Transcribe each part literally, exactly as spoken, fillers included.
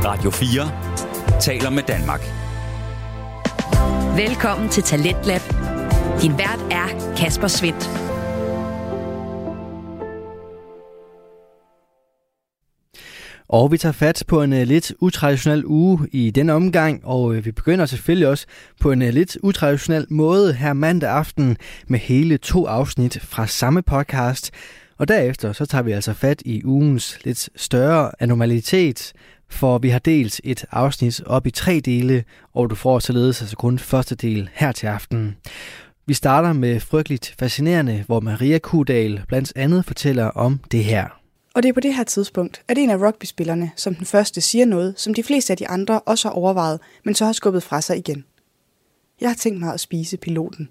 Radio fire taler med Danmark. Velkommen til Talentlab. Din vært er Kasper Svendt. Og vi tager fat på en uh, lidt utraditionel uge i denne omgang, og uh, vi begynder selvfølgelig også på en uh, lidt utraditionel måde her mandag aften med hele to afsnit fra samme podcast. Og derefter så tager vi altså fat i ugens lidt større anormalitet, for vi har delt et afsnit op i tre dele, og du får således altså kun første del her til aften. Vi starter med Frygteligt Fascinerende, hvor Maria Kudal blandt andet fortæller om det her. Og det er på det her tidspunkt, at en af rugbyspillerne som den første siger noget, som de fleste af de andre også har overvejet, men så har skubbet fra sig igen. Jeg har tænkt mig at spise piloten.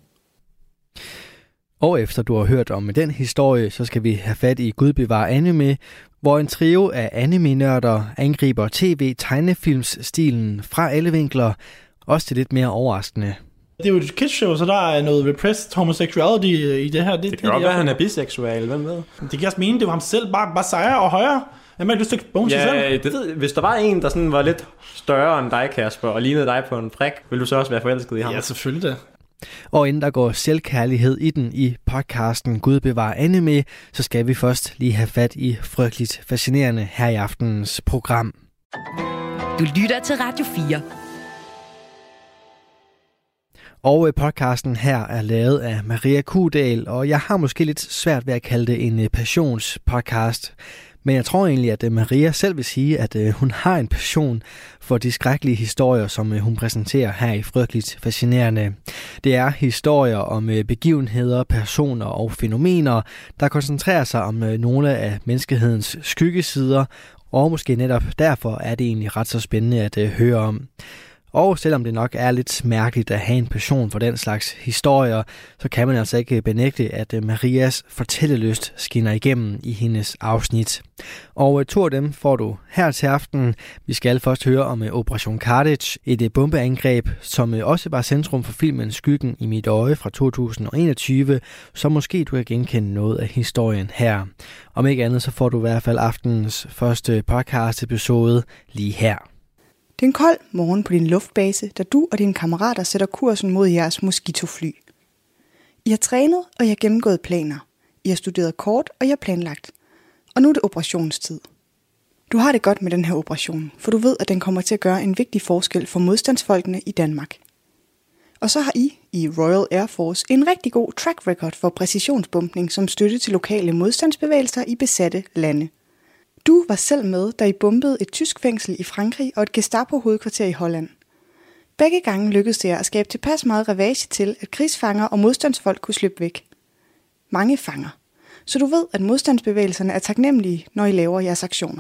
Og efter du har hørt om den historie, så skal vi have fat i Gud bevar anime, hvor en trio af anime-nørder angriber tv-tegnefilmsstilen fra alle vinkler, også til lidt mere overraskende. Det er jo et kids-show, så der er noget repressed homosexuality i det her. Det, det kan det, godt være, at han er biseksuel, hvem ved? Det kan også mene, det var ham selv, bare, bare sejre og højere. Jeg har ikke lyst til at bone sig selv. Ja, det ved, hvis der var en, der sådan var lidt større end dig, Kasper, og lignede dig på en prik, ville du så også være forelsket i ham? Ja, selvfølgelig det. Og inden der går selvkærlighed i den i podcasten Gud bevar anime, så skal vi først lige have fat i Frygteligt Fascinerende her i aftenens program. Du lytter til Radio fire. Og podcasten her er lavet af Maria Kudal, og jeg har måske lidt svært ved at kalde det en passionspodcast. Men jeg tror egentlig, at Maria selv vil sige, at hun har en passion for de skrækkelige historier, som hun præsenterer her i Frygteligt Fascinerende. Det er historier om begivenheder, personer og fænomener, der koncentrerer sig om nogle af menneskehedens skyggesider, og måske netop derfor er det egentlig ret så spændende at høre om. Og selvom det nok er lidt mærkeligt at have en passion for den slags historier, så kan man altså ikke benægte, at Marias fortællelyst skinner igennem i hendes afsnit. Og to af dem får du her til aften. Vi skal først høre om Operation Cartage, et bombeangreb, som også var centrum for filmen Skyggen i mit øje fra to tusind og enogtyve, så måske du kan genkende noget af historien her. Om ikke andet, så får du i hvert fald aftenens første podcast episode lige her. Det er en kold morgen på din luftbase, da du og dine kammerater sætter kursen mod jeres Mosquito-fly. I har trænet, og I har gennemgået planer. I har studeret kort, og I har planlagt. Og nu er det operationstid. Du har det godt med den her operation, for du ved, at den kommer til at gøre en vigtig forskel for modstandsfolkene i Danmark. Og så har I, i Royal Air Force, en rigtig god track record for præcisionsbombning som støtte til lokale modstandsbevægelser i besatte lande. Du var selv med, da I bombede et tysk fængsel i Frankrig og et Gestapo-hovedkvarter i Holland. Begge gange lykkedes det jer at skabe tilpas meget ravage til, at krigsfanger og modstandsfolk kunne slippe væk. Mange fanger. Så du ved, at modstandsbevægelserne er taknemmelige, når I laver jeres aktioner.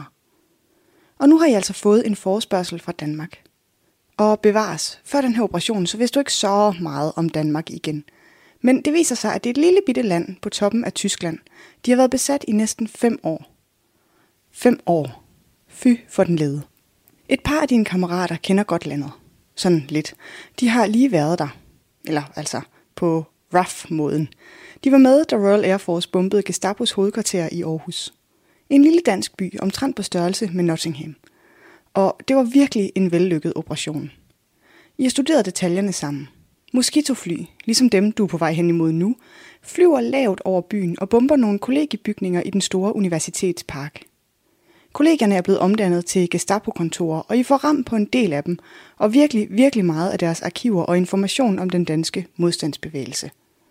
Og nu har I altså fået en forespørgsel fra Danmark. Og bevares, før den her operation, så vidste du ikke så meget om Danmark igen. Men det viser sig, at det er et lille bitte land på toppen af Tyskland. De har været besat i næsten fem år. Fem år. Fy for den lede. Et par af dine kammerater kender godt landet. Sådan lidt. De har lige været der. Eller altså på rough-måden. De var med, da Royal Air Force bombede Gestapos hovedkvarter i Aarhus. En lille dansk by, omtrent på størrelse med Nottingham. Og det var virkelig en vellykket operation. I har studeret detaljerne sammen. Mosquito-fly, ligesom dem du er på vej hen imod nu, flyver lavt over byen og bomber nogle kollegiebygninger i den store universitetspark. Kollegierne er blevet omdannet til Gestapo-kontorer, og I får ramt på en del af dem, og virkelig, virkelig meget af deres arkiver og information om den danske modstandsbevægelse.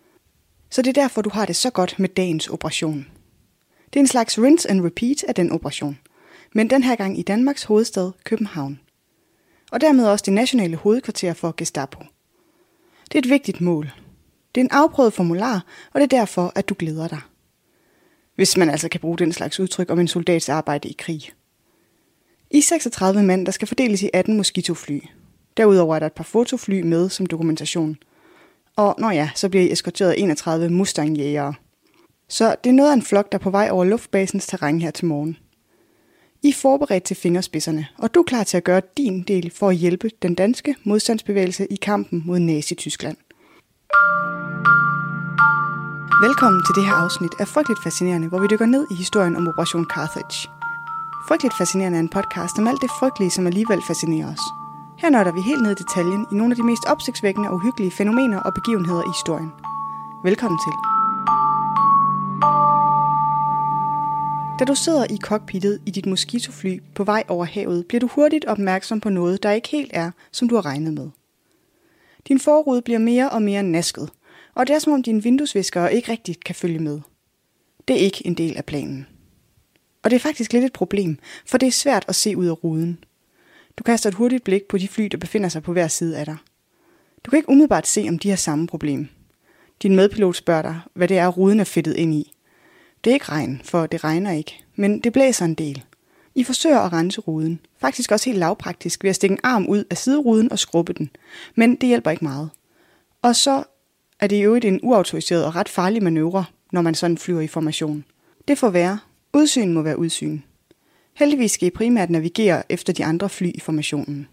Så det er derfor, du har det så godt med dagens operation. Det er en slags rinse and repeat af den operation, men den her gang i Danmarks hovedstad, København. Og dermed også det nationale hovedkvarter for Gestapo. Det er et vigtigt mål. Det er en afprøvet formular, og det er derfor, at du glæder dig. Hvis man altså kan bruge den slags udtryk om en soldats arbejde i krig. I seksogtredive mand, der skal fordeles i atten Mosquito-fly. Derudover er der et par fotofly med som dokumentation. Og når ja, så bliver I eskorteret af enogtredive Mustang-jægere. Så det er noget af en flok, der er på vej over luftbasens terræn her til morgen. I er forberedt til fingerspidserne, og du er klar til at gøre din del for at hjælpe den danske modstandsbevægelse i kampen mod Nazi-Tyskland. Velkommen til det her afsnit af Frygteligt Fascinerende, hvor vi dykker ned i historien om Operation Carthage. Frygteligt Fascinerende er en podcast om alt det frygtelige, som alligevel fascinerer os. Her nørder vi helt ned i detaljen i nogle af de mest opsigtsvækkende og uhyggelige fænomener og begivenheder i historien. Velkommen til. Da du sidder i cockpittet i dit Mosquito-fly på vej over havet, bliver du hurtigt opmærksom på noget, der ikke helt er, som du har regnet med. Din forrude bliver mere og mere nasket, og det er som om dine vinduesviskere ikke rigtigt kan følge med. Det er ikke en del af planen. Og det er faktisk lidt et problem, for det er svært at se ud af ruden. Du kaster et hurtigt blik på de fly, der befinder sig på hver side af dig. Du kan ikke umiddelbart se, om de har samme problem. Din medpilot spørger dig, hvad det er, ruden er fedtet ind i. Det er ikke regn, for det regner ikke, men det blæser en del. I forsøger at rense ruden, faktisk også helt lavpraktisk ved at stikke en arm ud af sideruden og skrubbe den, men det hjælper ikke meget. Og så er det i øvrigt en uautoriseret og ret farlig manøvre, når man sådan flyver i formation. Det får være. Udsyn må være udsyn. Heldigvis skal I primært navigere efter de andre fly i formationen.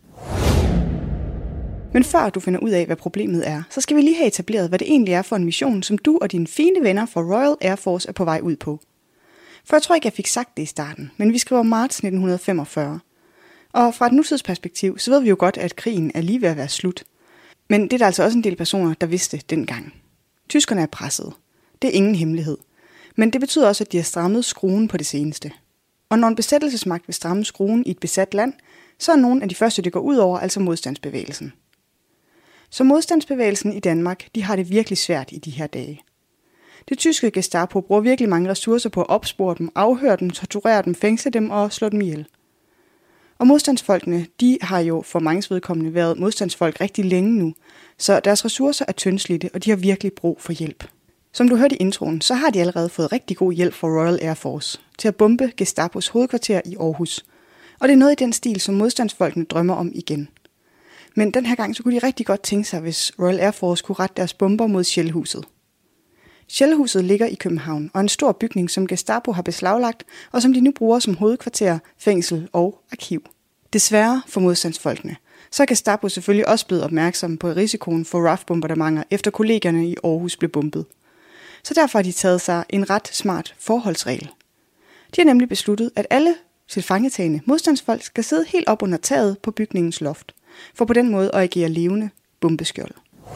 Men før du finder ud af, hvad problemet er, så skal vi lige have etableret, hvad det egentlig er for en mission, som du og dine fine venner fra Royal Air Force er på vej ud på. For jeg tror ikke, jeg fik sagt det i starten, men vi skriver marts nitten femogfyrre. Og fra et nutidsperspektiv, så ved vi jo godt, at krigen er lige ved at være slut. Men det er der altså også en del personer, der vidste dengang. Tyskerne er presset. Det er ingen hemmelighed. Men det betyder også, at de har strammet skruen på det seneste. Og når en besættelsesmagt vil stramme skruen i et besat land, så er nogle af de første, det går ud over, altså modstandsbevægelsen. Så modstandsbevægelsen i Danmark, de har det virkelig svært i de her dage. Det tyske Gestapo bruger virkelig mange ressourcer på at opspore dem, afhøre dem, torturere dem, fængsle dem og slå dem ihjel. Og modstandsfolkene, de har jo for manges vedkommende været modstandsfolk rigtig længe nu, så deres ressourcer er tyndslidte, og de har virkelig brug for hjælp. Som du hørte i introen, så har de allerede fået rigtig god hjælp fra Royal Air Force til at bombe Gestapos hovedkvarter i Aarhus. Og det er noget i den stil, som modstandsfolkene drømmer om igen. Men den her gang så kunne de rigtig godt tænke sig, hvis Royal Air Force kunne rette deres bomber mod Shellhuset. Shellhuset ligger i København og er en stor bygning, som Gestapo har beslaglagt, og som de nu bruger som hovedkvarter, fængsel og arkiv. Desværre for modstandsfolkene, så er Gestapo selvfølgelig også blevet opmærksom på risikoen for R A F-bombardementer, efter kollegerne i Aarhus blev bombet. Så derfor har de taget sig en ret smart forholdsregel. De har nemlig besluttet, at alle tilfangetagende modstandsfolk skal sidde helt op under taget på bygningens loft, for på den måde at agere levende bombeskjold.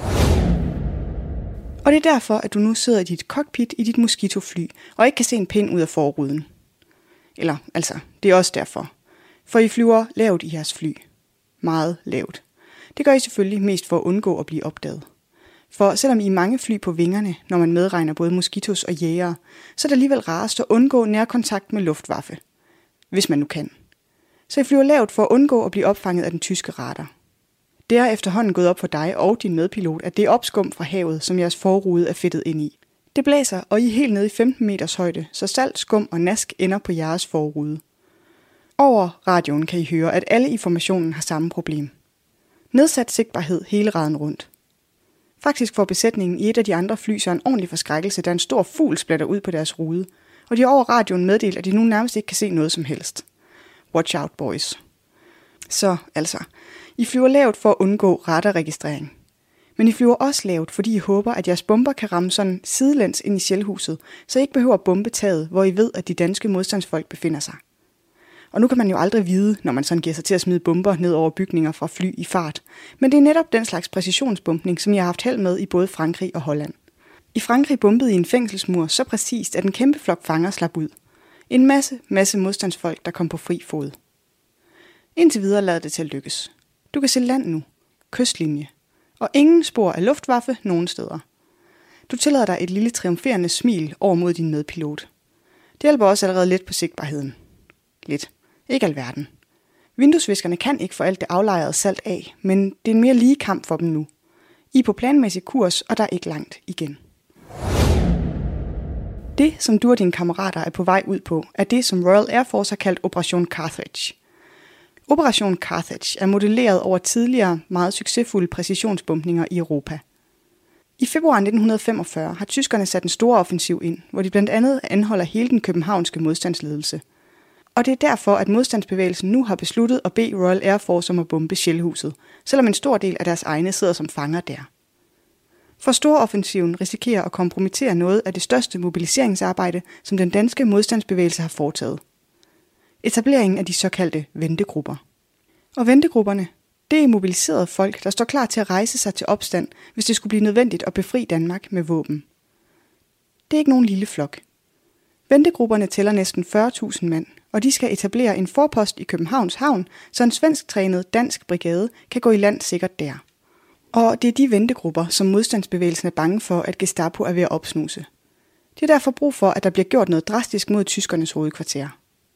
Og det er derfor, at du nu sidder i dit cockpit i dit Mosquito-fly, og ikke kan se en pind ud af forruden. Eller, altså, det er også derfor. For I flyver lavt i jeres fly. Meget lavt. Det gør I selvfølgelig mest for at undgå at blive opdaget. For selvom I er mange fly på vingerne, når man medregner både moskitos og jægere, så er det alligevel rarest at undgå nærkontakt med Luftwaffe. Hvis man nu kan. Så I flyver lavt for at undgå at blive opfanget af den tyske radar. Det er efterhånden gået op for dig og din medpilot, at det er opskum fra havet, som jeres forrude er fedtet ind i. Det blæser, og I er helt nede i femten meters højde, så salt, skum og nask ender på jeres forrude. Over radioen kan I høre, at alle i formationen har samme problem. Nedsat sigtbarhed hele raden rundt. Faktisk får besætningen i et af de andre fly så en ordentlig forskrækkelse, da en stor fugl splatter ud på deres rude, og de har over radioen meddelt, at de nu nærmest ikke kan se noget som helst. Watch out, boys. Så altså, I flyver lavt for at undgå radarregistrering. Men I flyver også lavt, fordi I håber, at jeres bomber kan ramme sådan sidelæns ind i Shellhuset, så I ikke behøver at bombe taget, hvor I ved, at de danske modstandsfolk befinder sig. Og nu kan man jo aldrig vide, når man sådan giver sig til at smide bomber ned over bygninger fra fly i fart. Men det er netop den slags præcisionsbombning, som jeg har haft held med i både Frankrig og Holland. I Frankrig bombede I en fængselsmur så præcist, at en kæmpe flok fanger slap ud. En masse, masse modstandsfolk, der kom på fri fod. Indtil videre lader det til at lykkes. Du kan se land nu. Kystlinje. Og ingen spor af Luftwaffe nogen steder. Du tillader dig et lille triumferende smil over mod din medpilot. Det hjælper også allerede lidt på sigtbarheden. Lidt. Ikke alverden. Vinduesviskerne kan ikke få alt det aflejrede salt af, men det er en mere lige kamp for dem nu. I er på planmæssig kurs, og der er ikke langt igen. Det, som du og dine kammerater er på vej ud på, er det, som Royal Air Force har kaldt Operation Carthage. Operation Carthage er modelleret over tidligere meget succesfulde præcisionsbombninger i Europa. I februar nitten femogfyrre har tyskerne sat en stor offensiv ind, hvor de blandt andet anholder hele den københavnske modstandsledelse. Og det er derfor, at modstandsbevægelsen nu har besluttet at bede Royal Air Force om at bombe Shellhuset, selvom en stor del af deres egne sidder som fanger der. For storoffensiven risikerer at kompromittere noget af det største mobiliseringsarbejde, som den danske modstandsbevægelse har foretaget. etableringen af de såkaldte ventegrupper. Og ventegrupperne, det er mobiliserede folk, der står klar til at rejse sig til opstand, hvis det skulle blive nødvendigt at befri Danmark med våben. Det er ikke nogen lille flok. Ventegrupperne tæller næsten fyrre tusind mand, og de skal etablere en forpost i Københavns Havn, så en svensk trænet dansk brigade kan gå i land sikkert der. Og det er de ventegrupper, som modstandsbevægelsen er bange for, at Gestapo er ved at opsnuse. De har derfor brug for, at der bliver gjort noget drastisk mod tyskernes hovedkvarter.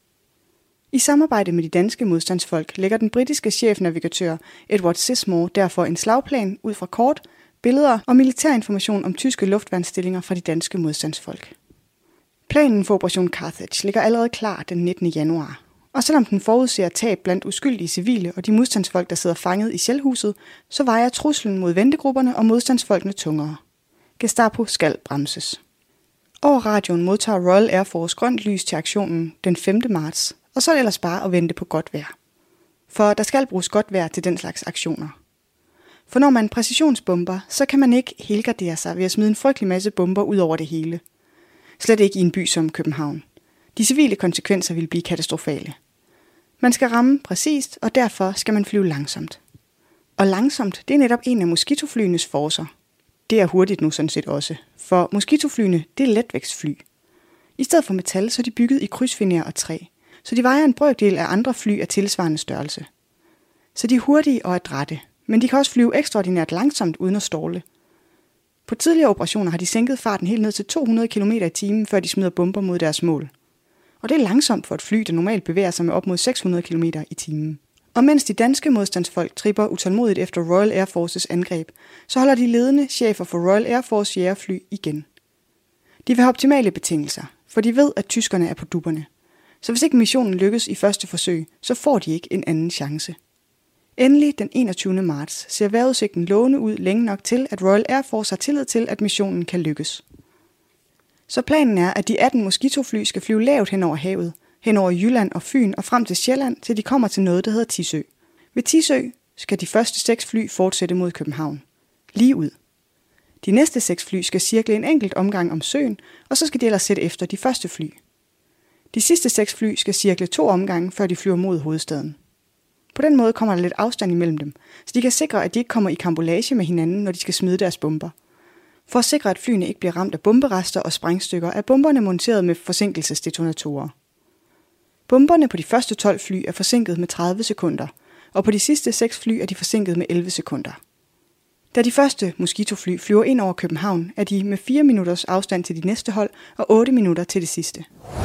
I samarbejde med de danske modstandsfolk lægger den britiske chefnavigatør Edward Sismore derfor en slagplan ud fra kort, billeder og militærinformation om tyske luftværnsstillinger fra de danske modstandsfolk. Planen for Operation Carthage ligger allerede klar den nittende januar, og selvom den forudser tab blandt uskyldige civile og de modstandsfolk, der sidder fanget i Shellhuset, så vejer truslen mod ventegrupperne og modstandsfolkene tungere. Gestapo skal bremses. Over radioen modtager Royal Air Force grønt lys til aktionen den femte marts, og så er det ellers bare at vente på godt vejr. For der skal bruges godt vejr til den slags aktioner. For når man præcisionsbomber, så kan man ikke helgardere sig ved at smide en frygtelig masse bomber ud over det hele. Slet ikke i en by som København. De civile konsekvenser vil blive katastrofale. Man skal ramme præcist, og derfor skal man flyve langsomt. Og langsomt, det er netop en af Mosquito-flyenes forcer. Det er hurtigt nu sådan set også, for Mosquito-flyene, det er letvægtsfly. I stedet for metal, så er de bygget i krydsfiner og træ, så de vejer en brøkdel af andre fly af tilsvarende størrelse. Så de er hurtige og adrætte, men de kan også flyve ekstraordinært langsomt uden at ståle. På tidligere operationer har de sænket farten helt ned til to hundrede kilometer i timen, før de smider bomber mod deres mål. Og det er langsomt for et fly, der normalt bevæger sig med op mod seks hundrede kilometer i timen. Og mens de danske modstandsfolk tripper utålmodigt efter Royal Air Forces angreb, så holder de ledende chefer for Royal Air Force jagerfly igen. De vil have optimale betingelser, for de ved, at tyskerne er på dupperne. Så hvis ikke missionen lykkes i første forsøg, så får de ikke en anden chance. Endelig den enogtyvende marts ser vejrudsigten lovende ud længe nok til, at Royal Air Force har tillid til, at missionen kan lykkes. Så planen er, at de atten Mosquito-fly skal flyve lavt hen over havet, hen over Jylland og Fyn og frem til Sjælland, til de kommer til noget, der hedder Tissø. Ved Tissø skal de første seks fly fortsætte mod København. Lige ud. De næste seks fly skal cirkle en enkelt omgang om søen, og så skal de ellers sætte efter de første fly. De sidste seks fly skal cirkle to omgange, før de flyver mod hovedstaden. På den måde kommer der lidt afstand imellem dem, så de kan sikre, at de ikke kommer i karambolage med hinanden, når de skal smide deres bomber. For at sikre, at flyene ikke bliver ramt af bomberester og sprængstykker, er bomberne monteret med forsinkelsesdetonatorer. Bomberne på de første tolv fly er forsinket med tredive sekunder, og på de sidste seks fly er de forsinket med elleve sekunder. Da de første Mosquito-fly flyver ind over København, er de med fire minutters afstand til de næste hold og otte minutter til det sidste.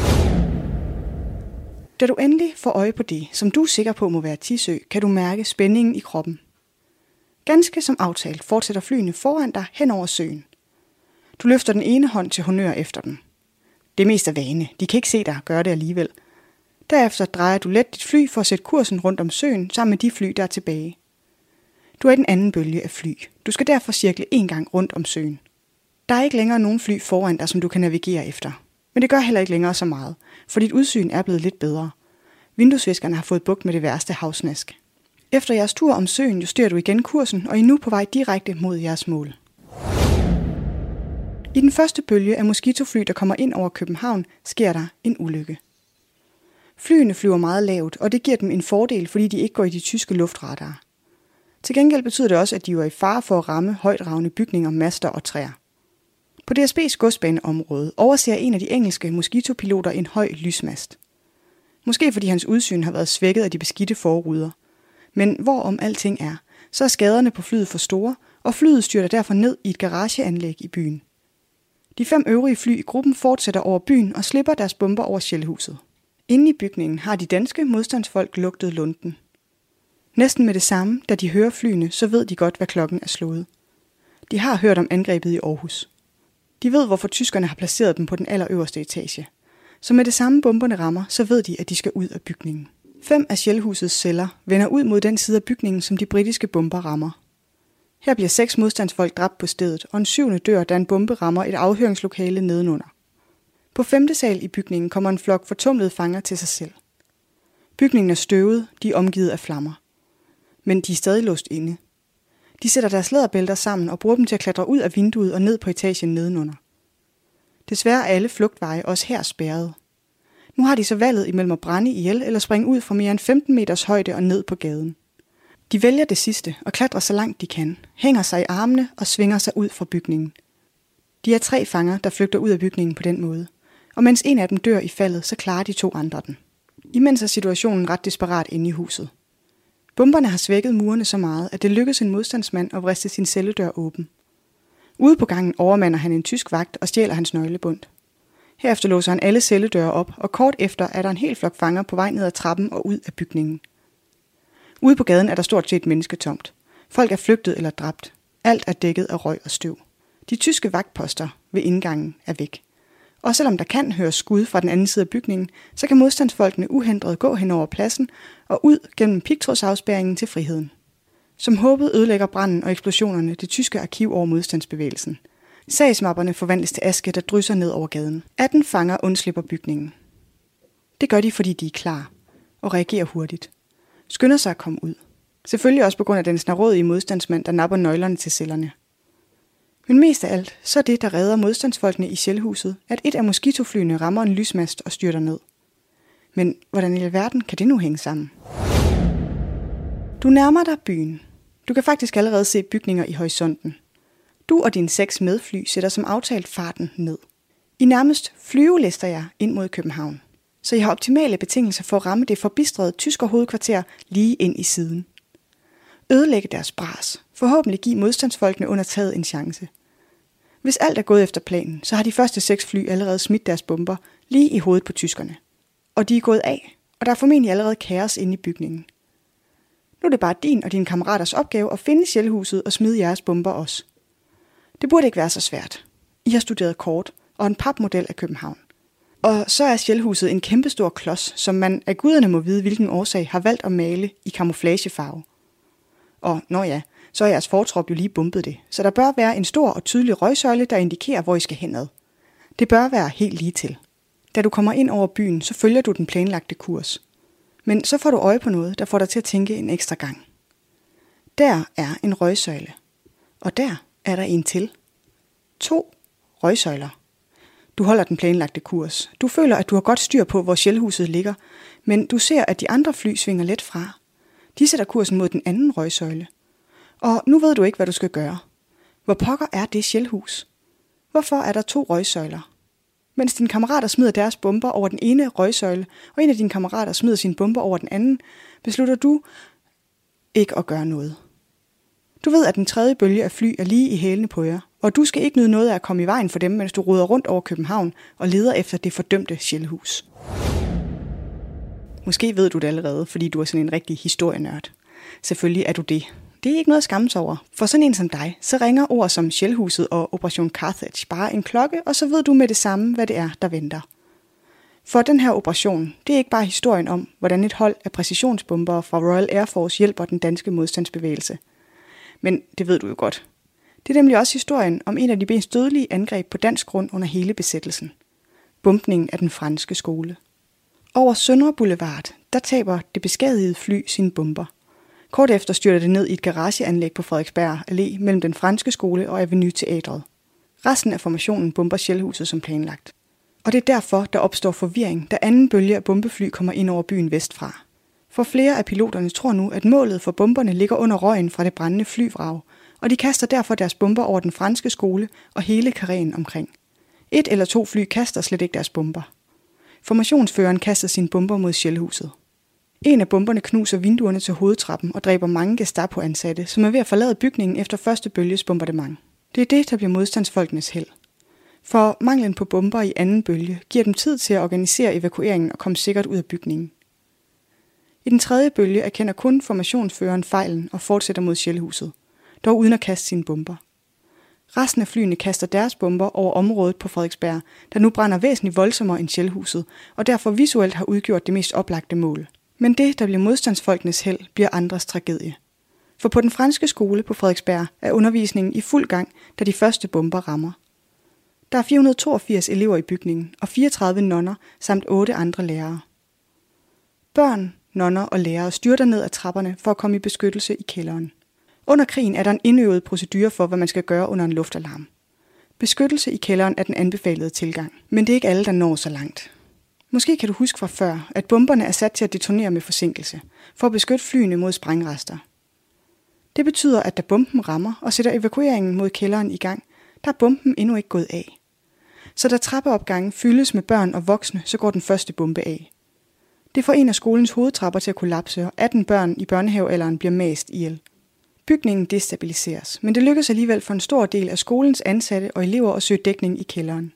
Da du endelig får øje på det, som du er sikker på må være Tissø, kan du mærke spændingen i kroppen. Ganske som aftalt fortsætter flyene foran dig hen over søen. Du løfter den ene hånd til honør efter den. Det er mest af vane. De kan ikke se dig gøre det alligevel. Derefter drejer du let dit fly for at sætte kursen rundt om søen sammen med de fly, der er tilbage. Du er i den anden bølge af fly. Du skal derfor cirkle en gang rundt om søen. Der er ikke længere nogen fly foran dig, som du kan navigere efter. Men det gør heller ikke længere så meget, for dit udsyn er blevet lidt bedre. Vinduesviskerne har fået bugt med det værste havsnask. Efter jeres tur om søen justerer du igen kursen, og I er nu på vej direkte mod jeres mål. I den første bølge af Mosquito-fly, der kommer ind over København, sker der en ulykke. Flyene flyver meget lavt, og det giver dem en fordel, fordi de ikke går i de tyske luftradarer. Til gengæld betyder det også, at de er i fare for at ramme højtravende bygninger, master og træer. På D S B's godsbaneområde overser en af de engelske Mosquito-piloter en høj lysmast. Måske fordi hans udsyn har været svækket af de beskidte forruder. Men hvorom alting er, så er skaderne på flyet for store, og flyet styrter derfor ned i et garageanlæg i byen. De fem øvrige fly i gruppen fortsætter over byen og slipper deres bomber over Shellhuset. Inde i bygningen har de danske modstandsfolk lugtet lunden. Næsten med det samme, da de hører flyene, så ved de godt, hvad klokken er slået. De har hørt om angrebet i Aarhus. De ved, hvorfor tyskerne har placeret dem på den allerøverste etage. Så med det samme bomberne rammer, så ved de, at de skal ud af bygningen. Fem af Shellhusets celler vender ud mod den side af bygningen, som de britiske bomber rammer. Her bliver seks modstandsfolk dræbt på stedet, og en syvende dør, da en bombe rammer et afhøringslokale nedenunder. På femte sal i bygningen kommer en flok fortumlede fanger til sig selv. Bygningen er støvet, de er omgivet af flammer. Men de er stadig låst inde. De sætter deres læderbælter sammen og bruger dem til at klatre ud af vinduet og ned på etagen nedenunder. Desværre er alle flugtveje også her spærret. Nu har de så valget imellem at brænde ihjel eller springe ud fra mere end femten meters højde og ned på gaden. De vælger det sidste og klatrer så langt de kan, hænger sig i armene og svinger sig ud fra bygningen. De er tre fanger, der flygter ud af bygningen på den måde. Og mens en af dem dør i faldet, så klarer de to andre den. Imens er situationen ret desperat inde i huset. Bomberne har svækket murene så meget, at det lykkedes en modstandsmand at vriste sin celledør åben. Ude på gangen overmander han en tysk vagt og stjæler hans nøglebund. Herefter låser han alle celledøre op, og kort efter er der en hel flok fanger på vej ned ad trappen og ud af bygningen. Ude på gaden er der stort set mennesketomt. Folk er flygtet eller dræbt. Alt er dækket af røg og støv. De tyske vagtposter ved indgangen er væk. Og selvom der kan høres skud fra den anden side af bygningen, så kan modstandsfolkene uhindret gå hen over pladsen og ud gennem pigtrådsafspærringen til friheden. Som håbet ødelægger branden og eksplosionerne det tyske arkiv over modstandsbevægelsen. Sagsmapperne forvandles til aske, der drysser ned over gaden. atten fanger undslipper bygningen. Det gør de, fordi de er klar og reagerer hurtigt. Skynder sig at komme ud. Selvfølgelig også på grund af den snarrådige modstandsmand, der napper nøglerne til cellerne. Men mest af alt, så er det, der redder modstandsfolkene i Shellhuset, at et af moskitoflyene rammer en lysmast og styrter ned. Men hvordan i alverden kan det nu hænge sammen? Du nærmer dig byen. Du kan faktisk allerede se bygninger i horisonten. Du og dine seks medfly sætter som aftalt farten ned. I nærmest flyvelister jer ind mod København, så I har optimale betingelser for at ramme det forbistrede tysker hovedkvarter lige ind i siden. Ødelægge deres bras, forhåbentlig give modstandsfolkene under taget en chance. Hvis alt er gået efter planen, så har de første seks fly allerede smidt deres bomber lige i hovedet på tyskerne. Og de er gået af, og der er formentlig allerede kaos inde i bygningen. Nu er det bare din og dine kammeraters opgave at finde Shellhuset og smide jeres bomber også. Det burde ikke være så svært. I har studeret kort og en papmodel af København. Og så er Shellhuset en kæmpestor klods, som man af guderne må vide, hvilken årsag har valgt at male i camouflagefarve. Og nå ja, så er jeres fortrop jo lige bumpet det, så der bør være en stor og tydelig røgsøjle, der indikerer, hvor I skal henad. Det bør være helt lige til. Da du kommer ind over byen, så følger du den planlagte kurs. Men så får du øje på noget, der får dig til at tænke en ekstra gang. Der er en røgsøjle. Og der er der en til. To røgsøjler. Du holder den planlagte kurs. Du føler, at du har godt styr på, hvor Shellhuset ligger, men du ser, at de andre fly svinger let fra. De sætter kursen mod den anden røgsøjle. Og nu ved du ikke, hvad du skal gøre. Hvor pokker er det Shellhus? Hvorfor er der to røgsøjler? Mens dine kammerater smider deres bomber over den ene røgsøjle, og en af dine kammerater smider sine bomber over den anden, beslutter du ikke at gøre noget. Du ved, at den tredje bølge af fly er lige i hælene på jer, og du skal ikke nyde noget af at komme i vejen for dem, mens du roder rundt over København og leder efter det fordømte Shellhus. Måske ved du det allerede, fordi du er sådan en rigtig historienørd. Selvfølgelig er du det. Det er ikke noget at skamme sig over. For sådan en som dig, så ringer ord som Shellhuset og Operation Carthage bare en klokke, og så ved du med det samme, hvad det er, der venter. For den her operation, det er ikke bare historien om, hvordan et hold af præcisionsbombere fra Royal Air Force hjælper den danske modstandsbevægelse. Men det ved du jo godt. Det er nemlig også historien om en af de mest dødelige angreb på dansk grund under hele besættelsen. Bumpningen af den franske skole. Over Søndre Boulevard, der taber det beskadigede fly sine bomber. Kort efter styrter det ned i et garageanlæg på Frederiksberg Allé mellem den franske skole og Avenue Teatret. Resten af formationen bomber Shellhuset som planlagt. Og det er derfor, der opstår forvirring, da anden bølge af bombefly kommer ind over byen vestfra. For flere af piloterne tror nu, at målet for bomberne ligger under røgen fra det brændende flyvrag, og de kaster derfor deres bomber over den franske skole og hele karréen omkring. Et eller to fly kaster slet ikke deres bomber. Formationsføreren kaster sine bomber mod Shellhuset. En af bomberne knuser vinduerne til hovedtrappen og dræber mange Gestapo-ansatte, som er ved at forlade bygningen efter første bølges bombardement. Det er det, der bliver modstandsfolkenes held. For manglen på bomber i anden bølge giver dem tid til at organisere evakueringen og komme sikkert ud af bygningen. I den tredje bølge erkender kun formationsføreren fejlen og fortsætter mod Shellhuset, dog uden at kaste sine bomber. Resten af flyene kaster deres bomber over området på Frederiksberg, der nu brænder væsentligt voldsommere end Shellhuset, og derfor visuelt har udgjort det mest oplagte mål. Men det, der bliver modstandsfolkenes held, bliver andres tragedie. For på den franske skole på Frederiksberg er undervisningen i fuld gang, da de første bomber rammer. Der er fire hundrede og toogfirs elever i bygningen, og fireogtredive nonner samt otte andre lærere. Børn, nonner og lærere styrter ned ad trapperne for at komme i beskyttelse i kælderen. Under krigen er der en indøvet procedure for, hvad man skal gøre under en luftalarm. Beskyttelse i kælderen er den anbefalede tilgang, men det er ikke alle, der når så langt. Måske kan du huske fra før, at bomberne er sat til at detonere med forsinkelse, for at beskytte flyene mod sprængrester. Det betyder, at da bomben rammer og sætter evakueringen mod kælderen i gang, der er bomben endnu ikke gået af. Så da trappeopgangen fyldes med børn og voksne, så går den første bombe af. Det får en af skolens hovedtrapper til at kollapse, og atten børn i børnehavealderen bliver mast ihjel. Bygningen destabiliseres, men det lykkes alligevel for en stor del af skolens ansatte og elever at søge dækning i kælderen.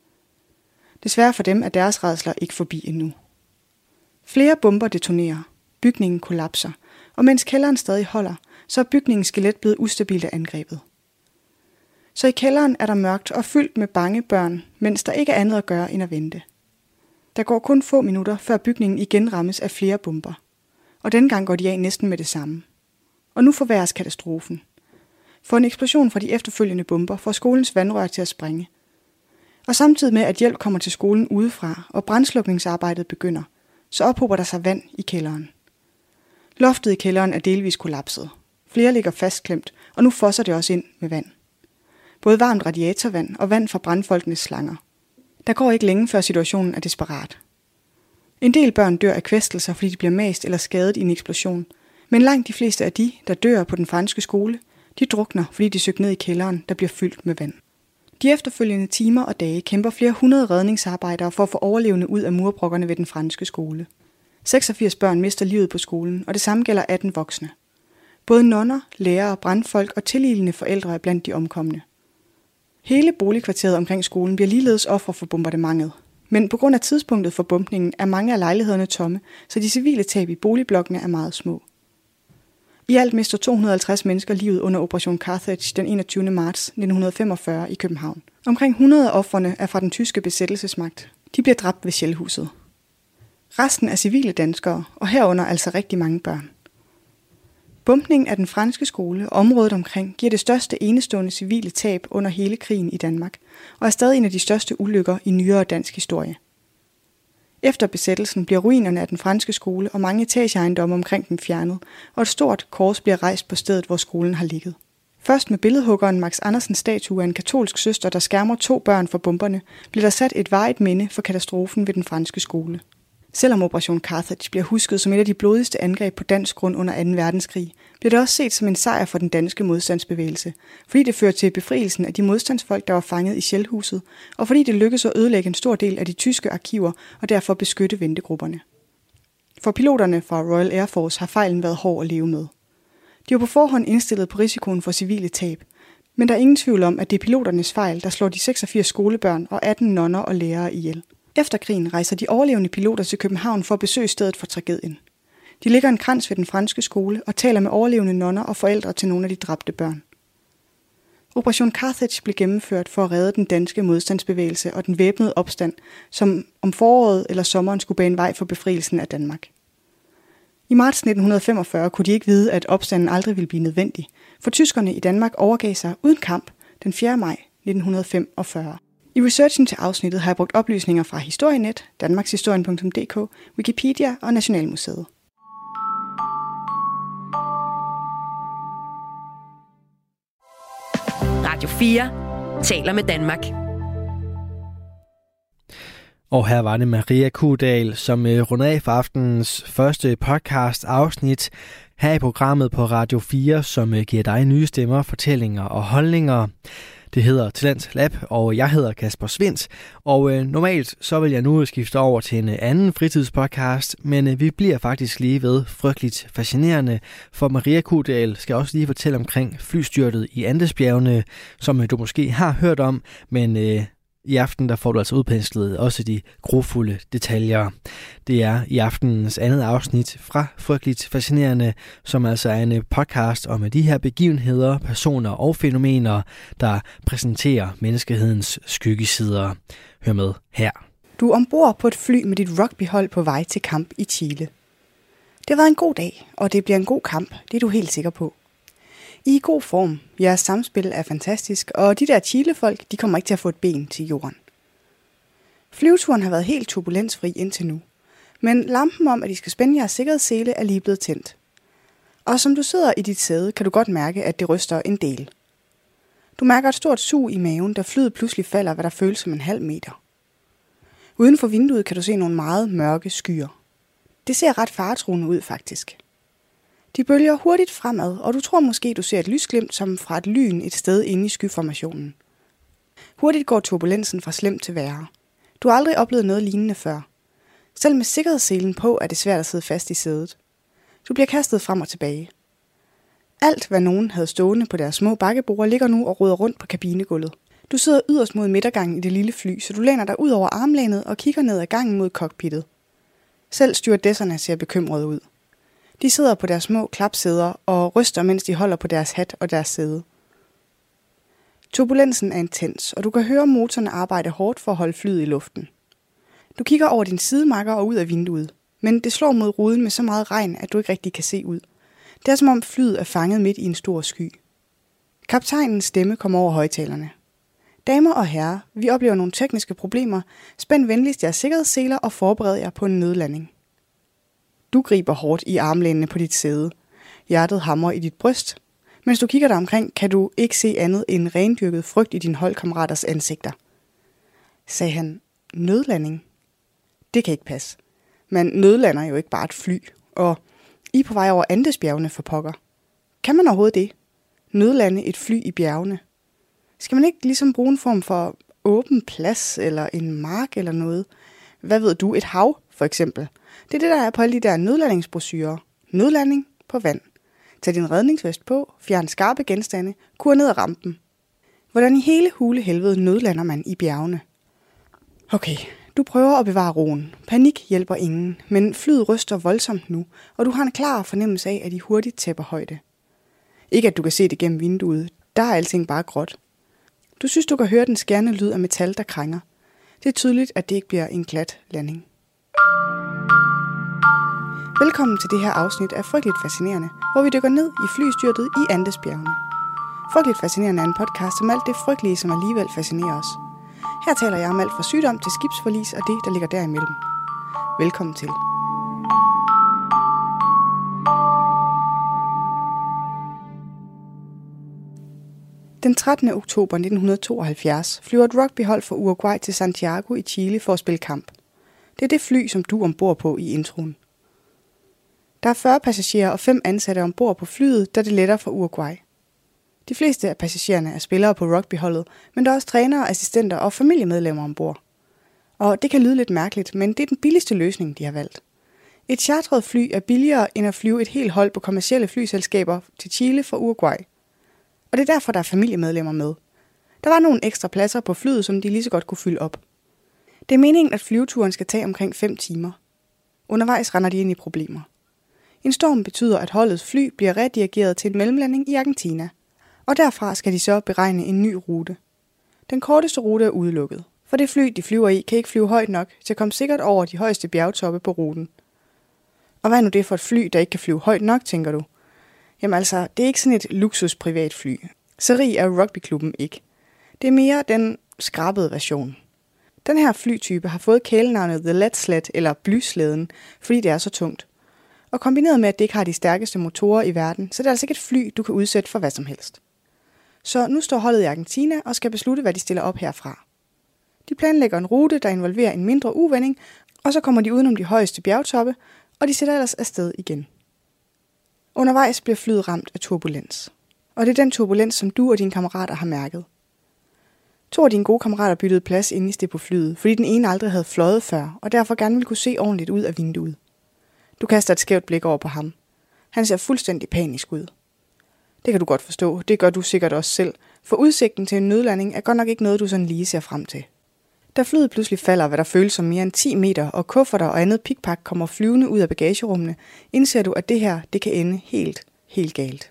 Desværre for dem er deres rædsler ikke forbi endnu. Flere bomber detonerer, bygningen kollapser, og mens kælderen stadig holder, så er bygningens skelet blevet ustabilt af angrebet. Så i kælderen er der mørkt og fyldt med bange børn, mens der ikke er andet at gøre end at vente. Der går kun få minutter, før bygningen igen rammes af flere bomber. Og denne gang går de af næsten med det samme. Og nu forværres katastrofen. For en eksplosion fra de efterfølgende bomber får skolens vandrør til at sprænge. Og samtidig med, at hjælp kommer til skolen udefra, og brandslukningsarbejdet begynder, så ophober der sig vand i kælderen. Loftet i kælderen er delvis kollapset. Flere ligger fastklemt, og nu fosser det også ind med vand. Både varmt radiatorvand og vand fra brandfolkenes slanger. Der går ikke længe, før situationen er desperat. En del børn dør af kvæstelser, fordi de bliver mast eller skadet i en eksplosion, men langt de fleste af de, der dør på den franske skole, de drukner, fordi de søger ned i kælderen, der bliver fyldt med vand. De efterfølgende timer og dage kæmper flere hundrede redningsarbejdere for at få overlevende ud af murbrokkerne ved den franske skole. seksogfirs børn mister livet på skolen, og det samme gælder atten voksne. Både nonner, lærere, brandfolk og tililende forældre er blandt de omkomne. Hele boligkvarteret omkring skolen bliver ligeledes ofre for bombardementet. Men på grund af tidspunktet for bombningen er mange af lejlighederne tomme, så de civile tab i boligblokkene er meget små. I alt mister to hundrede og halvtreds mennesker livet under Operation Carthage den enogtyvende marts nitten femogfyrre i København. Omkring hundrede af ofrene er fra den tyske besættelsesmagt. De bliver dræbt ved Shellhuset. Resten er civile danskere, og herunder altså rigtig mange børn. Bombningen af den franske skole og området omkring giver det største enestående civile tab under hele krigen i Danmark, og er stadig en af de største ulykker i nyere dansk historie. Efter besættelsen bliver ruinerne af den franske skole og mange etageejendomme omkring den fjernet, og et stort kors bliver rejst på stedet, hvor skolen har ligget. Først med billedhuggeren Max Andersens statue af en katolsk søster, der skærmer to børn for bomberne, bliver der sat et varigt minde for katastrofen ved den franske skole. Selvom Operation Carthage bliver husket som et af de blodigste angreb på dansk grund under anden verdenskrig, bliver det også set som en sejr for den danske modstandsbevægelse, fordi det fører til befrielsen af de modstandsfolk, der var fanget i Shellhuset, og fordi det lykkedes at ødelægge en stor del af de tyske arkiver og derfor beskytte ventegrupperne. For piloterne fra Royal Air Force har fejlen været hård at leve med. De var på forhånd indstillet på risikoen for civile tab, men der er ingen tvivl om, at det er piloternes fejl, der slår de seksogfirs skolebørn og atten nonner og lærere ihjel. Efter krigen rejser de overlevende piloter til København for at besøge stedet for tragedien. De lægger en krans ved den franske skole og taler med overlevende nonner og forældre til nogle af de dræbte børn. Operation Carthage blev gennemført for at redde den danske modstandsbevægelse og den væbnede opstand, som om foråret eller sommeren skulle bane vej for befrielsen af Danmark. I marts nitten femogfyrre kunne de ikke vide, at opstanden aldrig ville blive nødvendig, for tyskerne i Danmark overgav sig uden kamp den fjerde maj nitten femogfyrre. I researchen til afsnittet har jeg brugt oplysninger fra Historienet, danmarkshistorien punktum d k, Wikipedia og Nationalmuseet. Radio fire taler med Danmark. Og her var det Maria Kudal, som runder af for aftenens første podcast afsnit her i programmet på Radio fire, som giver dig nye stemmer, fortællinger og holdninger. Det hedder Talent Lab, og jeg hedder Kasper Svindt, og øh, normalt så vil jeg nu skifte over til en anden fritidspodcast, men øh, vi bliver faktisk lige ved frygteligt fascinerende, for Maria Kudal skal også lige fortælle omkring flystyrtet i Andesbjergene, som øh, du måske har hørt om, men øh, i aften der får du altså udpenslet også de grofulde detaljer. Det er i aftenens andet afsnit fra Frygteligt Fascinerende, som altså er en podcast om de her begivenheder, personer og fænomener, der præsenterer menneskehedens skyggesider. Hør med her. Du er ombord på et fly med dit rugbyhold på vej til kamp i Chile. Det har været en god dag, og det bliver en god kamp, det er du helt sikker på. I er i god form. Jeres samspil er fantastisk, og de der Chile-folk, de kommer ikke til at få et ben til jorden. Flyveturen har været helt turbulensfri indtil nu, men lampen om, at I skal spænde jeres sikkerhedssele, er lige blevet tændt. Og som du sidder i dit sæde, kan du godt mærke, at det ryster en del. Du mærker et stort sug i maven, da flyet pludselig falder, hvad der føles som en halv meter. Uden for vinduet kan du se nogle meget mørke skyer. Det ser ret faretruende ud faktisk. De bølger hurtigt fremad, og du tror måske, du ser et lysglimt som fra et lyn et sted inde i skyformationen. Hurtigt går turbulensen fra slemt til værre. Du har aldrig oplevet noget lignende før. Selv med sikkerhedsselen på er det svært at sidde fast i sædet. Du bliver kastet frem og tilbage. Alt, hvad nogen havde stående på deres små bakkeborde, ligger nu og roder rundt på kabinegulvet. Du sidder yderst mod midtergangen i det lille fly, så du læner dig ud over armlænet og kigger ned ad gangen mod cockpittet. Selv stewardesserne ser bekymrede ud. De sidder på deres små klapsæder og ryster, mens de holder på deres hat og deres sæde. Turbulensen er intens, og du kan høre motorerne arbejde hårdt for at holde flyet i luften. Du kigger over din sidemakker og ud af vinduet, men det slår mod ruden med så meget regn, at du ikke rigtig kan se ud. Det er som om flyet er fanget midt i en stor sky. Kaptajnens stemme kommer over højtalerne. Damer og herrer, vi oplever nogle tekniske problemer. Spænd venligst jeres sikkerhedsseler og forbered jer på en nødlanding. Du griber hårdt i armlænene på dit sæde. Hjertet hamrer i dit bryst. Mens du kigger dig omkring, kan du ikke se andet end rendyrket frygt i dine holdkammeraters ansigter. Sagde han, nødlanding? Det kan ikke passe. Man nødlander jo ikke bare et fly, og I er på vej over Andesbjergene for pokker. Kan man overhovedet det? Nødlande et fly i bjergene? Skal man ikke ligesom bruge en form for åben plads, eller en mark eller noget? Hvad ved du? Et hav, for eksempel. Det er det, der er på alle de der nødlandingsbrochurer. Nødlanding på vand. Tag din redningsvest på, fjern skarpe genstande, kur ned ad rampen. Hvordan i hele hulehelvede nødlander man i bjergene? Okay, du prøver at bevare roen. Panik hjælper ingen, men flyet ryster voldsomt nu, og du har en klar fornemmelse af, at de hurtigt tapper højde. Ikke at du kan se det gennem vinduet, der er alting bare gråt. Du synes, du kan høre den skærende lyd af metal, der krænger. Det er tydeligt, at det ikke bliver en glat landing. Velkommen til det her afsnit af Frygteligt Fascinerende, hvor vi dykker ned i flystyrtet i Andesbjergene. Frygteligt Fascinerende er en podcast om alt det frygtelige, som alligevel fascinerer os. Her taler jeg om alt fra sygdom til skibsforlis og det, der ligger derimellem. Velkommen til. Den trettende oktober nitten tooghalvfjerds flyver et rugbyhold fra Uruguay til Santiago i Chile for at spille kamp. Det er det fly, som du er ombord på i introen. Der er fyrre passagerer og fem ansatte ombord på flyet, da det letter fra Uruguay. De fleste af passagererne er spillere på rugbyholdet, men der er også trænere, assistenter og familiemedlemmer ombord. Og det kan lyde lidt mærkeligt, men det er den billigste løsning, de har valgt. Et chartret fly er billigere end at flyve et helt hold på kommercielle flyselskaber til Chile fra Uruguay. Og det er derfor, der er familiemedlemmer med. Der var nogle ekstra pladser på flyet, som de lige så godt kunne fylde op. Det er meningen, at flyveturen skal tage omkring fem timer. Undervejs render de ind i problemer. En storm betyder, at holdets fly bliver redirigeret til en mellemlanding i Argentina. Og derfra skal de så beregne en ny rute. Den korteste rute er udelukket, for det fly, de flyver i, kan ikke flyve højt nok til at komme sikkert over de højeste bjergtoppe på ruten. Og hvad er nu det for et fly, der ikke kan flyve højt nok, tænker du? Jamen altså, det er ikke sådan et luksus privat fly. Så rig er rugbyklubben ikke. Det er mere den skrabede version. Den her flytype har fået kælenavnet The Lead Sled eller blyslæden, fordi det er så tungt. Og kombineret med, at det ikke har de stærkeste motorer i verden, så det er altså ikke et fly, du kan udsætte for hvad som helst. Så nu står holdet i Argentina og skal beslutte, hvad de stiller op herfra. De planlægger en rute, der involverer en mindre uvending, og så kommer de udenom de højeste bjergtoppe, og de sætter ellers afsted igen. Undervejs bliver flyet ramt af turbulens. Og det er den turbulens, som du og dine kammerater har mærket. To af dine gode kammerater byttede plads indenst på flyet, fordi den ene aldrig havde fløjet før, og derfor gerne ville kunne se ordentligt ud af vinduet. Du kaster et skævt blik over på ham. Han ser fuldstændig panisk ud. Det kan du godt forstå, det gør du sikkert også selv, for udsigten til en nødlanding er godt nok ikke noget, du sådan lige ser frem til. Da flyet pludselig falder, hvad der føles som mere end ti meter, og kufferter og andet pikpak kommer flyvende ud af bagagerummene, indser du, at det her, det kan ende helt, helt galt.